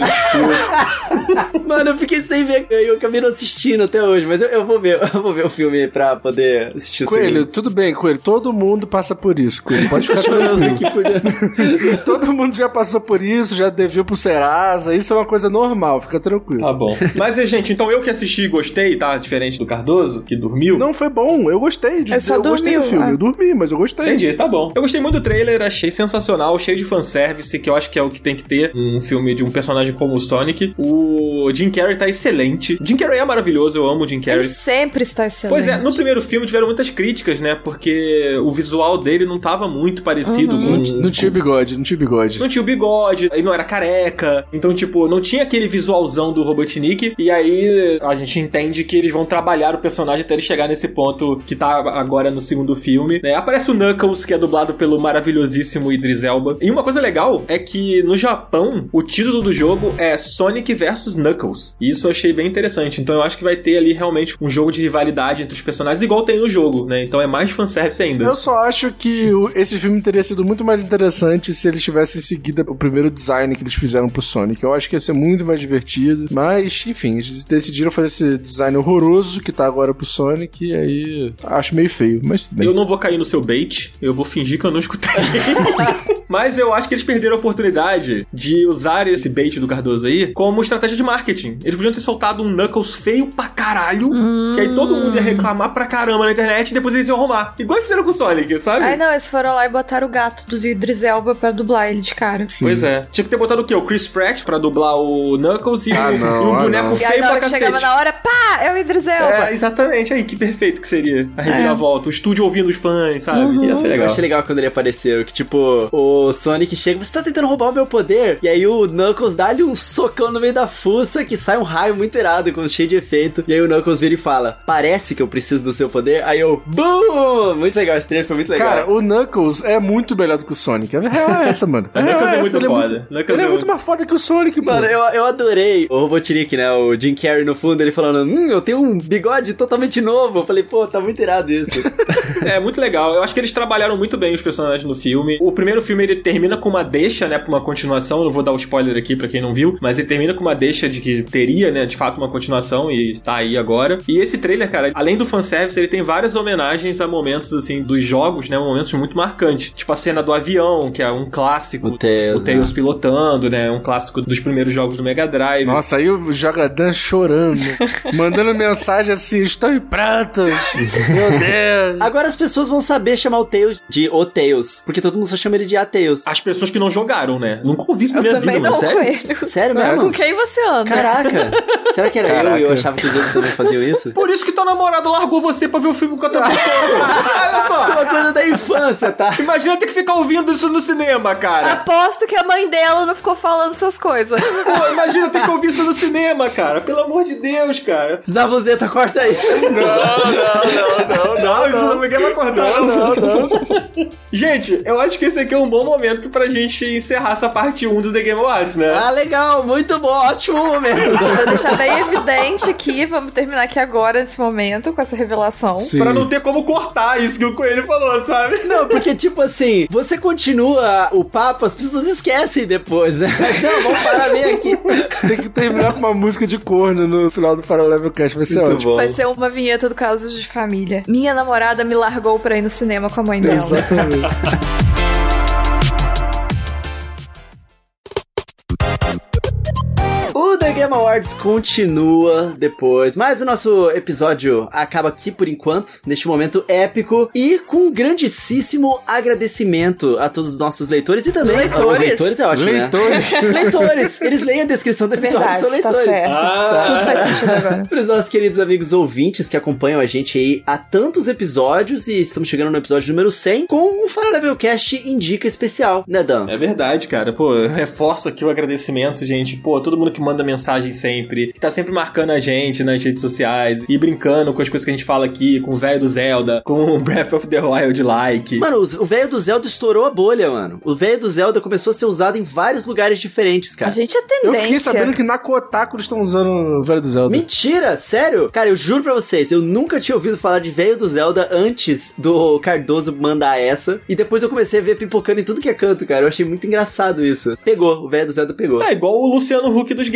Mano, eu fiquei sem ver, eu acabei não assistindo até hoje, mas eu, eu vou ver, eu vou ver o filme pra poder assistir o Coelho, segundo. tudo bem, Coelho, todo mundo passa por isso, Coelho, pode ficar tranquilo. Aqui por dentro. Todo mundo já passou por isso, já deviu pro Serasa, isso é uma coisa normal, fica tranquilo. Tá bom. Mas, gente, então Então eu que assisti e gostei, tá? Diferente do Cardoso, que dormiu. Não, foi bom. Eu gostei. De, Eu só eu gostei do dormiu, filme. é. Eu dormi, mas eu gostei. Entendi, tá bom. Eu gostei muito do trailer, achei sensacional, cheio de fanservice, que eu acho que é o que tem que ter um filme de um personagem como o Sonic. O Jim Carrey tá excelente. Jim Carrey é maravilhoso, eu amo o Jim Carrey. Ele sempre está excelente. Pois é, no primeiro filme tiveram muitas críticas, né? Porque o visual dele não tava muito parecido Uhum. com... Não, não tinha bigode, não tinha bigode. Não tinha o bigode, ele não era careca. Então, tipo, não tinha aquele visualzão do Robotnik. E aí a gente entende que eles vão trabalhar o personagem até ele chegar nesse ponto que tá agora no segundo filme, né? Aparece o Knuckles, que é dublado pelo maravilhosíssimo Idris Elba. E uma coisa legal é que no Japão, o título do jogo é Sonic versus Knuckles. E isso eu achei bem interessante. Então eu acho que vai ter ali realmente um jogo de rivalidade entre os personagens, igual tem no jogo, né? Então é mais fanservice ainda. Eu só acho que o- esse filme teria sido muito mais interessante se eles tivessem seguido o primeiro design que eles fizeram pro Sonic. Eu acho que ia ser muito mais divertido. Mas, enfim, eles decidiram fazer esse design horroroso que tá agora pro Sonic. E aí, acho meio feio, mas tudo bem. Eu não vou cair no seu bait, eu vou fingir que eu não escutei. Mas eu acho que eles perderam a oportunidade de usar esse bait do Cardoso aí como estratégia de marketing. Eles podiam ter soltado um Knuckles feio pra caralho, Hum. que aí todo mundo ia reclamar pra caramba na internet e depois eles iam arrumar. Igual eles fizeram com o Sonic, sabe? Ai, não, eles foram lá e botaram o gato do Idris Elba pra dublar ele de cara. Sim. Pois é. Tinha que ter botado o quê? O Chris Pratt pra dublar o Knuckles e, Ah, o, não, e um ah, boneco não. E aí, feio na pra hora que cacete. chegava na hora, pá, é o Idris Elba. É, exatamente. Aí, que perfeito que seria a reviravolta. O estúdio ouvindo os fãs, sabe? Uhum. Ia ser Eu legal. achei legal quando ele apareceu, que tipo, o Sonic chega, você tá tentando roubar o meu poder? E aí o Knuckles dá-lhe um socão no meio da fuça, que sai um raio muito irado, com cheio de efeito. E aí o Knuckles vira e fala, parece que eu preciso do seu poder? Aí eu, BUM! Muito legal, esse trailer foi muito legal. Cara, o Knuckles é muito melhor do que o Sonic. A real é essa, mano. O Knuckles é essa, muito ele foda. muito- Knuckles Ele é é muito muito- mais foda que o Sonic, Mano, mano. eu, eu adorei o Robotnik, né? O Jim Carrey no fundo, ele falando, hum, eu tenho um bigode totalmente novo. Eu falei, pô, tá muito irado isso. É, muito legal. Eu acho que eles trabalharam muito bem os personagens no filme. O primeiro filme, ele termina com uma deixa, né, pra uma continuação. Eu não vou dar o spoiler aqui pra quem não viu, mas ele termina com uma deixa de que teria, né, de fato uma continuação e tá aí agora. E esse trailer, cara, além do fanservice, ele tem várias homenagens a momentos, assim, dos jogos, né, momentos muito marcantes. Tipo a cena do avião, que é um clássico. O Tails, O Tails né? pilotando, né, um clássico dos primeiros jogos do Mega Drive. Nossa, aí o Jogadan chorando, mandando mensagem assim, estou em pratos, meu Deus. Agora as pessoas vão saber chamar o Tails de O Tails, porque todo mundo só chama ele de A Tails. As pessoas que não jogaram, né? Nunca ouvi isso na Eu minha também vida, não, mas sério? Coelho. Sério Com mesmo? quem você anda? Caraca! Será que era Caraca. eu e eu achava que os outros também faziam isso? Por isso que teu namorado largou você pra ver o filme com a tua pessoa. Olha Isso é só. uma coisa da infância, tá? Imagina ter que ficar ouvindo isso no cinema, cara. Aposto que a mãe dela não ficou falando essas coisas. Pô, imagina ter que ouvir isso no cinema, cara. Pelo amor de Deus, cara. Zabuzeta, corta isso. Não, não, não, não. Isso não me quer acordar, não, não. Gente, eu acho que esse aqui é um bom momento pra gente encerrar essa parte um do The Game Awards, né? Ah, legal, muito bom, ótimo momento. Vou deixar bem evidente aqui, vamos terminar aqui agora, nesse momento, com essa revelação. Sim. Pra não ter como cortar isso que o Coelho falou, sabe? Não, porque tipo assim, você continua o papo, as pessoas esquecem depois, né? Não, vamos parar bem aqui. Tem que terminar com uma música de corno no final do Farol Level Cast, vai ser Muito ótimo. bom. Vai ser uma vinheta do Casos de Família. Minha namorada me largou pra ir no cinema com a mãe dela. Exatamente. O The Game Awards continua depois, mas o nosso episódio acaba aqui por enquanto, neste momento épico, e com um grandíssimo agradecimento a todos os nossos leitores e também... Leitores? Os leitores é ótimo, Leitores. né? Leitores! Eles leem a descrição do episódio, Verdade, são tá leitores. certo. Ah. Tudo faz sentido agora. Para os nossos queridos amigos ouvintes que acompanham a gente aí há tantos episódios, e estamos chegando no episódio número cem, com um Fala Level Cast Indica especial, né, Dan? É verdade, cara. Pô, eu reforço aqui o agradecimento, gente. Pô, todo mundo que manda mensagem sempre, que tá sempre marcando a gente nas redes sociais e brincando com as coisas que a gente fala aqui, com o velho do Zelda, com o Breath of the Wild like. Mano, o o velho do Zelda estourou a bolha, mano. O velho do Zelda começou a ser usado em vários lugares diferentes, A cara. gente é Eu tendência. fiquei sabendo que na Kotaku eles estão usando o velho do Zelda. Mentira, sério? Cara, eu juro pra vocês, eu nunca tinha ouvido falar de velho do Zelda antes do Cardoso mandar essa. E depois eu comecei a ver pipocando em tudo que é canto, cara. Eu achei muito engraçado isso. Pegou, o velho do Zelda pegou. Tá igual o Luciano Huck dos games,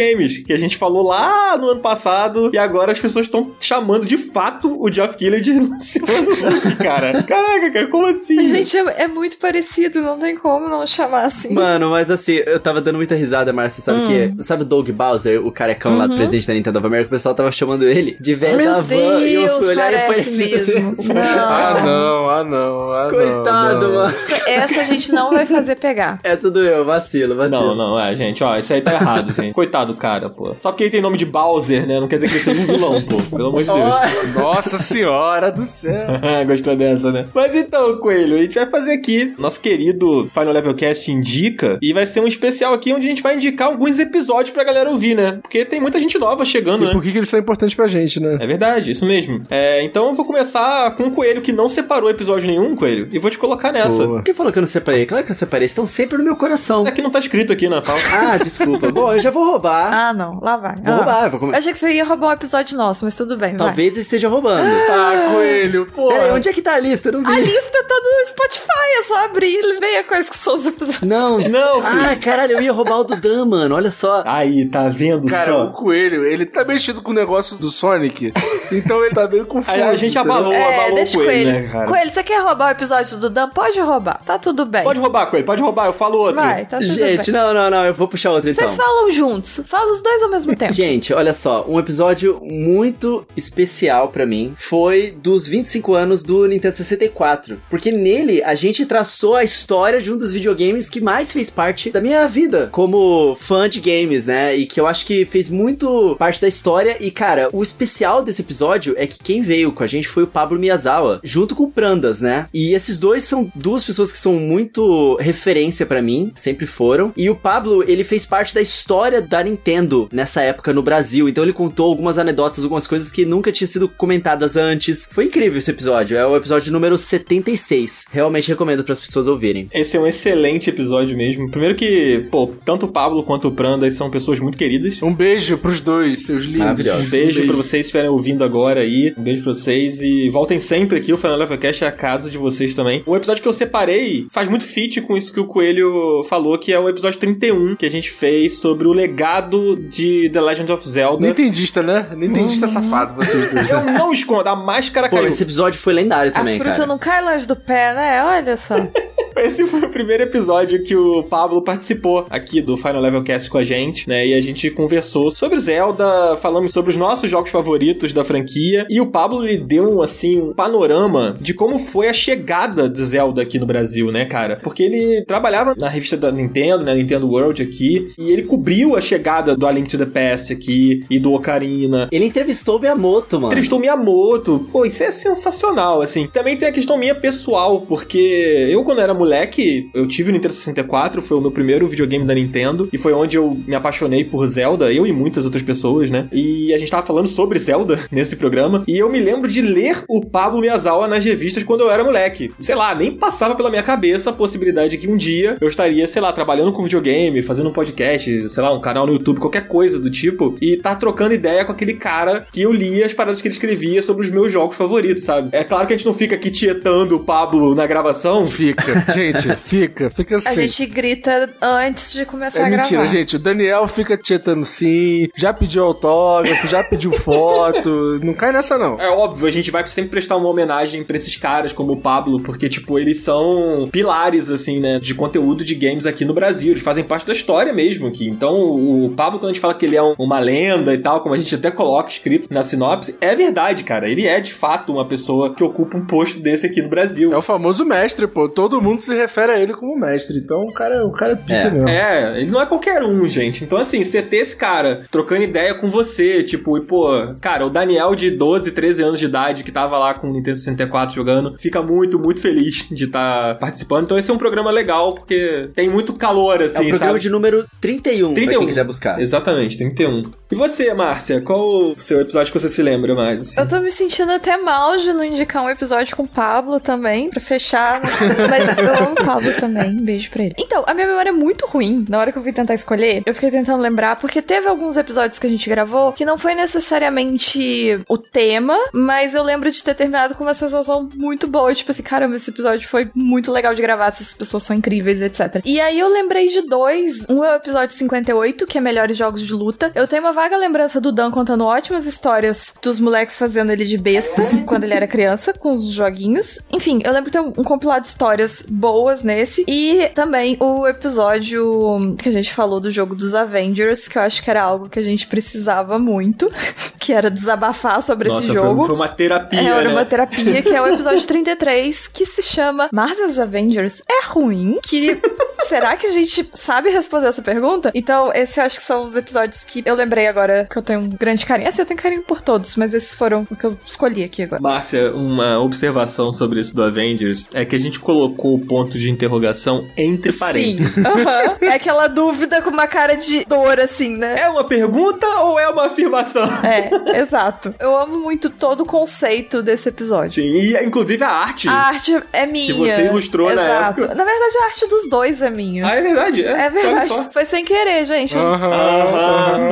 que a gente falou lá no ano passado, e agora as pessoas estão chamando de fato o Geoff Keighley de Luciano Huck, cara. Caraca, cara, como assim? Gente, é, é muito parecido, não tem como não chamar assim. Mano, mas assim, eu tava dando muita risada, Márcia, sabe o hum. quê? Sabe o Doug Bowser, o carecão uhum. lá, presidente da Nintendo of America? O pessoal tava chamando ele de velho Meu da van, e eu fui olhar e parecido mesmo. Não. Ah, não, ah, não, ah, Coitado, não, mano. Essa a gente não vai fazer pegar. Essa doeu, vacilo, vacilo. Não, não, é, gente, ó, isso aí tá errado, gente. Coitado do cara, pô. Só porque ele tem nome de Bowser, né? Não quer dizer que ele seja um vilão, pô. Pelo amor de Deus. Oh. Nossa senhora do céu. Gostou dessa, né? Mas então, Coelho, a gente vai fazer aqui nosso querido Final Level Cast Indica, e vai ser um especial aqui onde a gente vai indicar alguns episódios pra galera ouvir, né? Porque tem muita gente nova chegando, e né? por que, que eles são importantes pra gente, né? É verdade, isso mesmo. É, então eu vou começar com o Coelho, que não separou episódio nenhum, Coelho, e vou te colocar nessa. Boa. Quem falou que eu não separei? Claro que eu separei, estão sempre no meu coração. É que não tá escrito aqui na pauta. Ah, desculpa. Bom, eu já vou roubar. Ah, não, lá vai. Vou ah. roubar, vou comer. Eu achei que você ia roubar um episódio nosso, mas tudo bem, Talvez vai. eu esteja roubando. Ah, Coelho, pô. Peraí, onde é que tá a lista? Eu não vi. A lista tá no Spotify, é só abrir e ver quais que são os episódios. Não, não, filho. Ah, caralho, eu ia roubar o do Dan, mano, olha só. Aí, tá vendo Cara, só? o Coelho, ele tá mexido com o negócio do Sonic, então ele tá meio confuso. Aí a gente abalou, é, abalou deixa o Coelho, Coelho. né, cara? Coelho, você quer roubar o episódio do Dan? Pode roubar, tá tudo bem. Pode roubar, Coelho, pode roubar, eu falo outro. Vai, tá tudo Gente, bem. não, não, não, eu vou puxar outro então. Vocês falam juntos, fala os dois ao mesmo tempo. Gente, olha só, um episódio muito especial pra mim foi dos vinte e cinco anos do Nintendo sessenta e quatro, porque nele a gente traçou a história de um dos videogames que mais fez parte da minha vida como fã de games, né, e que eu acho que fez muito parte da história. E cara, o especial desse episódio é que quem veio com a gente foi o Pablo Miyazawa, junto com o Prandas, né, e esses dois são duas pessoas que são muito referência pra mim, sempre foram, e o Pablo, ele fez parte da história da Nintendo nessa época no Brasil, então ele contou algumas anedotas, algumas coisas que nunca tinham sido comentadas antes. Foi incrível esse episódio, é o episódio número setenta e seis, realmente recomendo para as pessoas ouvirem. Esse é um excelente episódio mesmo. Primeiro que, pô, tanto o Pablo quanto o Prandas são pessoas muito queridas. Um beijo pros dois, seus lindos. Maravilhoso. Um beijo, um beijo pra vocês que estiverem ouvindo agora aí. Um beijo pra vocês e voltem sempre aqui. O Final Level Cast é a casa de vocês também. O episódio que eu separei faz muito fit com isso que o Coelho falou, que é o episódio trinta e um, que a gente fez sobre o legado de The Legend of Zelda. Nintendista, né? Nintendista hum. safado, vocês dois. Eu não escondo, a máscara Pô, caiu. Esse episódio foi lendário também, cara. A fruta cara. não cai longe do pé, né? Olha só. Esse foi o primeiro episódio que o Pablo participou aqui do Final Level Cast com a gente, né? E a gente conversou sobre Zelda, falamos sobre os nossos jogos favoritos da franquia. E o Pablo, ele deu, assim, um panorama de como foi a chegada de Zelda aqui no Brasil, né, cara? Porque ele trabalhava na revista da Nintendo, na Nintendo World aqui, e ele cobriu a chegada do A Link to the Past aqui e do Ocarina. Ele entrevistou o Miyamoto, mano. Entrevistou o Miyamoto. Pô, isso é sensacional, assim. Também tem a questão minha pessoal, porque eu, quando era moleque, eu tive o Nintendo sessenta e quatro, foi o meu primeiro videogame da Nintendo, e foi onde eu me apaixonei por Zelda, eu e muitas outras pessoas, né? E a gente tava falando sobre Zelda nesse programa, e eu me lembro de ler o Pablo Miyazawa nas revistas quando eu era moleque. Sei lá, nem passava pela minha cabeça a possibilidade de que um dia eu estaria, sei lá, trabalhando com videogame, fazendo um podcast, sei lá, um canal no YouTube, qualquer coisa do tipo, e tá trocando ideia com aquele cara que eu lia as paradas que ele escrevia sobre os meus jogos favoritos, sabe? É claro que a gente não fica aqui tietando o Pablo na gravação. Fica, gente, fica, fica assim. A gente grita antes de começar é a mentira, gravar. gente, o Daniel fica tietando sim, já pediu autógrafo, já pediu foto, não cai nessa não. É óbvio, a gente vai sempre prestar uma homenagem pra esses caras como o Pablo, porque, tipo, eles são pilares, assim, né, de conteúdo de games aqui no Brasil, eles fazem parte da história mesmo aqui. Então, o Pablo, quando a gente fala que ele é um, uma lenda e tal, como a gente até coloca escrito na sinopse, é verdade, cara, ele é, de fato, uma pessoa que ocupa um posto desse aqui no Brasil. É o famoso mestre, pô, todo mundo se refere a ele como mestre, então o cara, o cara é pica é. mesmo. É, ele não é qualquer um, gente. Então, assim, você ter esse cara trocando ideia com você, tipo, e pô, cara, o Daniel de doze, treze anos de idade que tava lá com o Nintendo sessenta e quatro jogando, fica muito, muito feliz de estar tá participando. Então esse é um programa legal, porque tem muito calor, assim, sabe? É o programa sabe? de número trinta e um, trinta e um, pra quem quiser buscar. Exatamente, trinta e um. E você, Márcia, qual o seu episódio que você se lembra mais? Assim? Eu tô me sentindo até mal de não indicar um episódio com o Pablo também, pra fechar. Mas eu amo o Pablo também, um beijo pra ele. Então, a minha memória é muito ruim. Na hora que eu fui tentar escolher, eu fiquei tentando lembrar, porque teve alguns episódios que a gente gravou que não foi necessariamente o tema, mas eu lembro de ter terminado com uma sensação muito boa, tipo assim, caramba, esse episódio foi muito legal de gravar, essas pessoas são incríveis, etcétera. E aí eu lembrei de dois. Um é o episódio cinquenta e oito, que é Melhores Jogos de Luta. Eu tenho uma vaga lembrança do Dan contando ótimas histórias dos moleques fazendo ele de besta quando ele era criança, com os joguinhos. Enfim, eu lembro que tem um, um compilado de histórias boas nesse. E também o episódio que a gente falou do jogo dos Avengers, que eu acho que era algo que a gente precisava muito, que era desabafar sobre Nossa, esse jogo. Foi, foi uma terapia, é, Era né? uma terapia, que é o episódio trinta e três, que se chama Marvel's Avengers é ruim? Que... Será que a gente sabe responder essa pergunta? Então, esses eu acho que são os episódios que eu lembrei agora, que eu tenho um grande carinho. Assim, eu tenho carinho por todos, mas esses foram o que eu escolhi aqui agora. Márcia, uma observação sobre isso do Avengers é que a gente colocou o ponto de interrogação entre parênteses. Sim, uhum. É aquela dúvida com uma cara de dor, assim, né? É uma pergunta ou é uma afirmação? É, exato. Eu amo muito todo o conceito desse episódio. Sim, e inclusive a arte. A arte é minha. Que você ilustrou exato. na época. Na verdade, a arte dos dois é minha. Ah, é verdade? É, é verdade. Foi sem querer, gente. Aham. Aham.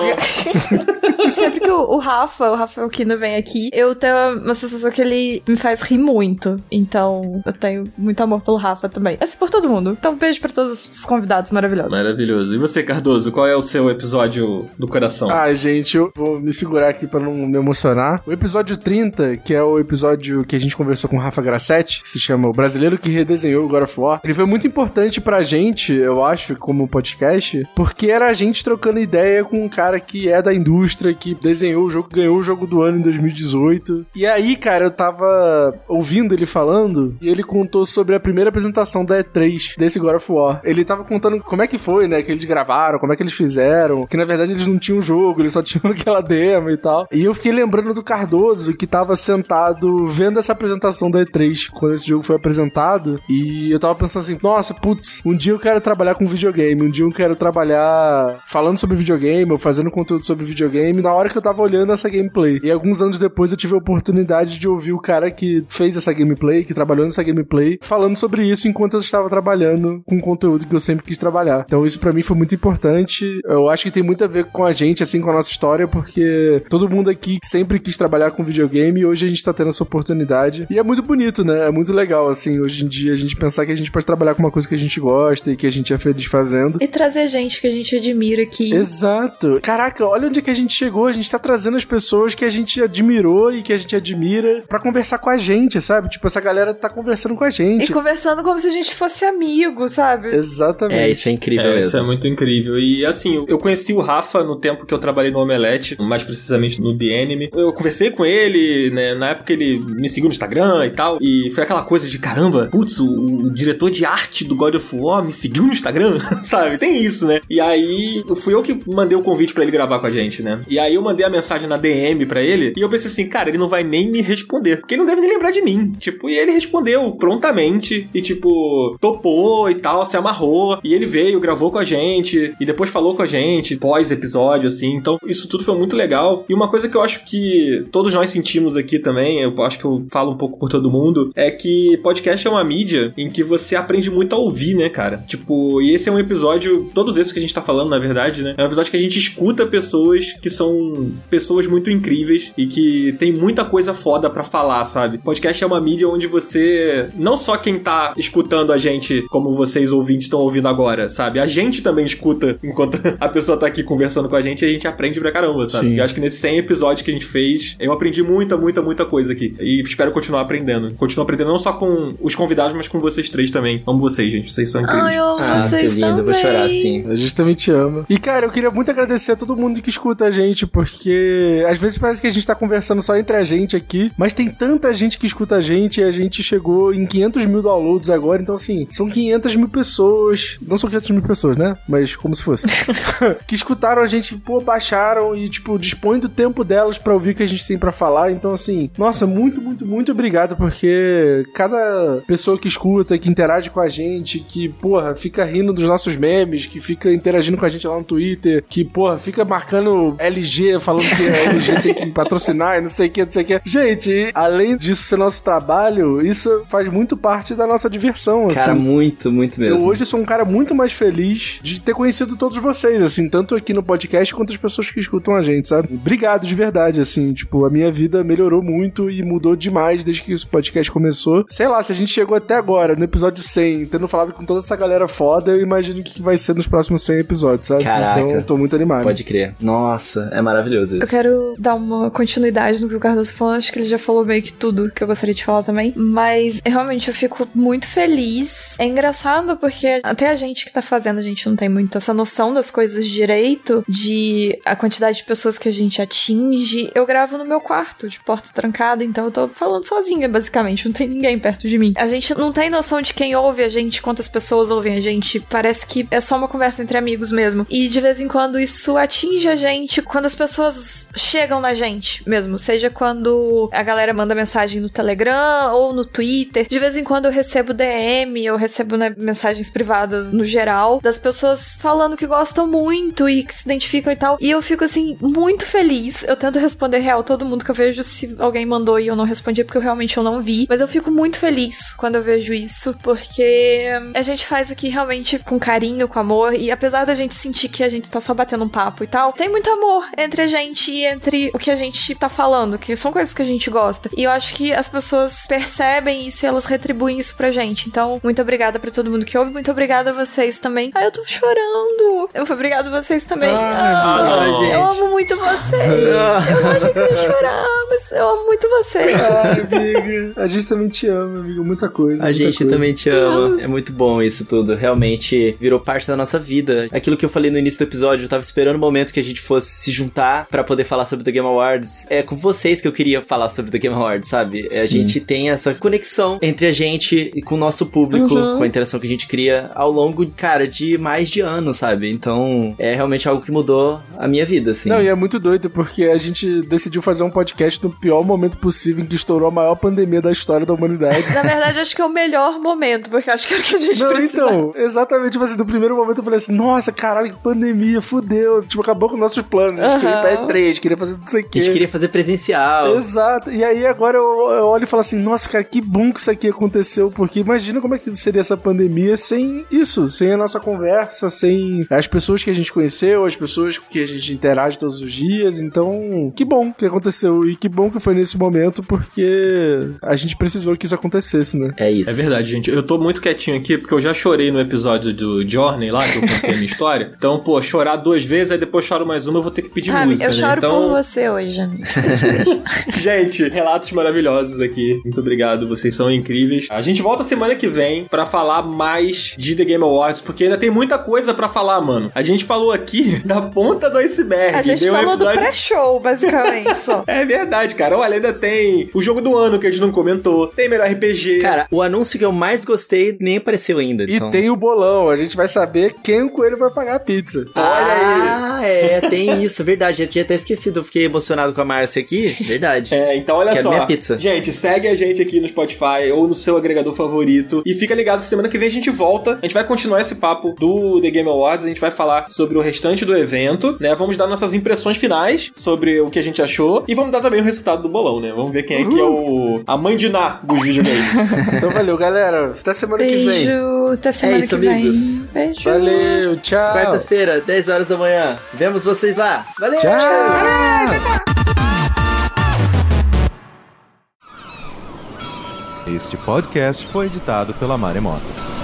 Droga. Sempre que o, o Rafa, o Rafael Kina vem aqui, eu tenho uma sensação que ele me faz rir muito. Então, eu tenho muito amor pelo Rafa também. Assim, por todo mundo. Então, beijo pra todos os convidados maravilhosos. Maravilhoso. E você, Cardoso, qual é o seu episódio do coração? Ah, gente, eu vou me segurar aqui pra não me emocionar. O episódio trinta, que é o episódio que a gente conversou com o Rafa Grassetti, que se chama O Brasileiro que Redesenhou o God of War, ele foi muito importante pra gente, eu acho, como podcast, porque era a gente trocando ideia com um cara que é da indústria, que desenhou o jogo, ganhou o jogo do ano em dois mil e dezoito. E aí, cara, eu tava ouvindo ele falando, e ele contou sobre a primeira apresentação da E três desse God of War. Ele tava contando como é que foi, né, que eles gravaram, como é que eles fizeram, que na verdade eles não tinham jogo, eles só tinham aquela demo e tal. E eu fiquei lembrando do Cardoso, que tava sentado vendo essa apresentação da E três, quando esse jogo foi apresentado, e eu tava pensando assim, nossa, putz, um dia eu quero trabalhar com videogame, um dia eu quero trabalhar falando sobre videogame, ou fazendo conteúdo sobre videogame, na hora que eu tava olhando essa gameplay. E alguns anos depois eu tive a oportunidade de ouvir o cara que fez essa gameplay, que trabalhou nessa gameplay, falando sobre isso enquanto eu estava trabalhando com conteúdo que eu sempre quis trabalhar. Então isso pra mim foi muito importante. Eu acho que tem muito a ver com a gente, assim, com a nossa história, porque todo mundo aqui sempre quis trabalhar com videogame e hoje a gente tá tendo essa oportunidade. E é muito bonito, né? É muito legal, assim, hoje em dia a gente pensar que a gente pode trabalhar com uma coisa que a gente gosta e que a gente é feliz fazendo. E trazer gente que a gente admira aqui. Exato. Caraca, olha onde é que a gente chegou. A gente tá trazendo as pessoas que a gente admirou e que a gente admira pra conversar com a gente, sabe? Tipo, essa galera tá conversando com a gente. E conversando como se a gente fosse amigo, sabe? Exatamente. É, isso é incrível é, mesmo. Isso é muito incrível. E assim, eu conheci o Rafa no tempo que eu trabalhei no Omelete, mais precisamente no The Anime. Eu conversei com ele, né? Na época ele me seguiu no Instagram e tal. E foi aquela coisa de, caramba, putz, o, o diretor de arte do God of War me seguiu no Instagram, sabe? Tem isso, né? E aí, fui eu que mandei o convite pra ele gravar com a gente, né? E aí eu mandei a mensagem na D M pra ele e eu pensei assim, cara, ele não vai nem me responder, porque ele não deve nem lembrar de mim. Tipo, e ele respondeu prontamente e, tipo, topou e tal, se amarrou. E ele veio, gravou com a gente e depois falou com a gente pós-episódio, assim. Então, isso tudo foi muito legal. E uma coisa que eu acho que todos nós sentimos aqui também, eu acho que eu falo um pouco por todo mundo, é que podcast é uma mídia em que você aprende muito a ouvir, né, cara? Tipo, e esse é um episódio, todos esses que a gente tá falando, na verdade, né? É um episódio que a gente escuta pessoas que são pessoas muito incríveis e que tem muita coisa foda pra falar, sabe? Podcast é uma mídia onde você, não só quem tá escutando a gente, como vocês ouvintes estão ouvindo agora, sabe? A gente também escuta enquanto a pessoa tá aqui conversando com a gente e a gente aprende pra caramba, sabe? Sim. E acho que nesses cem episódios que a gente fez, eu aprendi muita, muita, muita coisa aqui. E espero continuar aprendendo. Continuo aprendendo não só com os convidados, mas com vocês três também. Amo vocês, gente. Vocês são incríveis. Ai, eu amo Ah, vocês seu lindo, também. vou chorar sim. A gente também te ama. E, cara, eu queria muito agradecer a todo mundo que escuta a gente, porque às vezes parece que a gente tá conversando só entre a gente aqui, mas tem tanta gente que escuta a gente e a gente chegou em quinhentos mil downloads agora, então assim, são quinhentas mil pessoas, não são quinhentas mil pessoas, né? Mas como se fosse. Que escutaram a gente, pô, baixaram e, tipo, dispõem do tempo delas pra ouvir o que a gente tem pra falar, então assim, nossa, muito, muito, muito obrigado, porque cada pessoa que escuta, que interage com a gente, que, porra, fica rindo dos nossos memes, que fica interagindo com a gente lá no Twitter, que, porra, fica marcando L G, falando que a L G tem que patrocinar e não sei o que, não sei o que. Gente, além disso ser nosso trabalho, isso faz muito parte da nossa diversão, Cara, assim. muito, muito mesmo. Eu hoje sou um cara muito mais feliz de ter conhecido todos vocês, assim, tanto aqui no podcast quanto as pessoas que escutam a gente, sabe? Obrigado de verdade, assim, tipo, a minha vida melhorou muito e mudou demais desde que esse podcast começou. Sei lá, se a gente chegou até agora, no episódio cem, tendo falado com todas toda essa galera foda, eu imagino o que vai ser nos próximos cem episódios, sabe? Caraca. Então eu tô muito animado. Pode crer. Nossa, é maravilhoso isso. Eu quero dar uma continuidade no que o Cardoso falou, acho que ele já falou meio que tudo que eu gostaria de falar também, mas realmente eu fico muito feliz. É engraçado porque até a gente que tá fazendo, a gente não tem muito essa noção das coisas direito, de a quantidade de pessoas que a gente atinge. Eu gravo no meu quarto, de porta trancada, então eu tô falando sozinha, basicamente, não tem ninguém perto de mim. A gente não tem noção de quem ouve a gente, quantas pessoas ouvem a gente, parece que é só uma conversa entre amigos mesmo. E de vez em quando isso atinge a gente, quando as pessoas chegam na gente mesmo, seja quando a galera manda mensagem no Telegram ou no Twitter. De vez em quando eu recebo D M, eu recebo, né, mensagens privadas no geral, das pessoas falando que gostam muito e que se identificam e tal. E eu fico, assim, muito feliz. Eu tento responder real todo mundo que eu vejo, se alguém mandou e eu não respondi, porque eu realmente eu não vi. Mas eu fico muito feliz quando eu vejo isso, porque a gente faz aqui realmente com carinho, com amor, e apesar da gente sentir que a gente tá só batendo um papo e tal, tem muito amor entre a gente e entre o que a gente tá falando, que são coisas que a gente gosta. E eu acho que as pessoas percebem isso e elas retribuem isso pra gente. Então, muito obrigada pra todo mundo que ouve, muito obrigada a vocês também. Ai, eu tô chorando. Eu obrigado a vocês também. Ah, ah, gente. Eu amo muito vocês. Eu não achei que eu ia chorar, mas eu amo muito vocês. Ai, amiga. A gente também te ama, amigo. Muita coisa. A muita gente coisa. também te ama. É muito bom isso tudo. Realmente virou parte da nossa vida. Aquilo que eu falei no início do episódio, eu tava esperando o momento que a gente fosse se juntar pra poder falar sobre The Game Awards. É com vocês que eu queria falar sobre The Game Awards, sabe? Sim. A gente tem essa conexão entre a gente e com o nosso público, uhum. com a interação que a gente cria ao longo, cara, de mais de anos, sabe? Então, é realmente algo que mudou a minha vida, assim. Não, e é muito doido, porque a gente decidiu fazer um podcast no pior momento possível, em que estourou a maior pandemia da história da humanidade. Na verdade, acho que é o melhor momento, porque acho que era o que a gente Não, precisava. Então, exatamente, tipo assim, no primeiro momento eu falei assim, nossa, caralho, que pandemia, fudeu. Tipo, acabou com nossos planos. A gente uhum. queria ir pra E três, queria fazer não sei o quê. A gente queria fazer presencial. Exato. E aí agora eu, eu olho e falo assim, nossa, cara, que bom que isso aqui aconteceu, porque imagina como é que seria essa pandemia sem isso, sem a nossa conversa, sem as pessoas que a gente conheceu, as pessoas que a gente interage todos os dias. Então, que bom que aconteceu e que bom que foi nesse momento, porque a gente precisou que isso acontecesse, né? É isso. É verdade, gente. Eu tô muito quietinho aqui, porque eu já chorei no episódio do Journey lá, que eu contei a minha história. Então, pô, chorar duas vezes, aí depois choro mais uma, eu vou ter que pedir ah, música, eu né? choro então... por você hoje, amigo. Gente, relatos maravilhosos aqui. Muito obrigado, vocês são incríveis. A gente volta semana que vem pra falar mais de The Game Awards, porque ainda tem muita coisa pra falar, mano. A gente falou aqui da ponta do iceberg. A gente Deu falou um episódio... do pré-show, basicamente, só. É verdade, cara. Olha, ainda tem o jogo do ano que a gente não comentou. Tem melhor R P G. Cara, o anúncio que eu mais gostei nem apareceu ainda. E então... tem o bolão. A gente vai saber quem o coelho vai pagar a pizza. Ah, Olha aí. Ah, é. Tem isso. Verdade. Eu tinha até esquecido. Eu fiquei emocionado com a Márcia aqui. Verdade. É, então olha Quero só. minha pizza. Gente, segue a gente aqui no Spotify ou no seu agregador favorito. E fica ligado, semana que vem a gente volta. A gente vai continuar esse papo do The Game Awards. A gente vai falar sobre o restante do evento, né? Vamos dar nossas impressões finais sobre o que a gente achou. E vamos dar também o resultado do bolão, né? Vamos ver quem é que é o... a mãe de Ná dos videogames. Então valeu, galera. Até semana Beijo, que vem. Beijo. Até semana é isso, que amigos. vem. Beijo. Valeu, tchau. Quarta-feira, dez horas da manhã. Vemos vocês lá. Valeu. Tchau. Tchau. Este podcast foi editado pela Maremoto.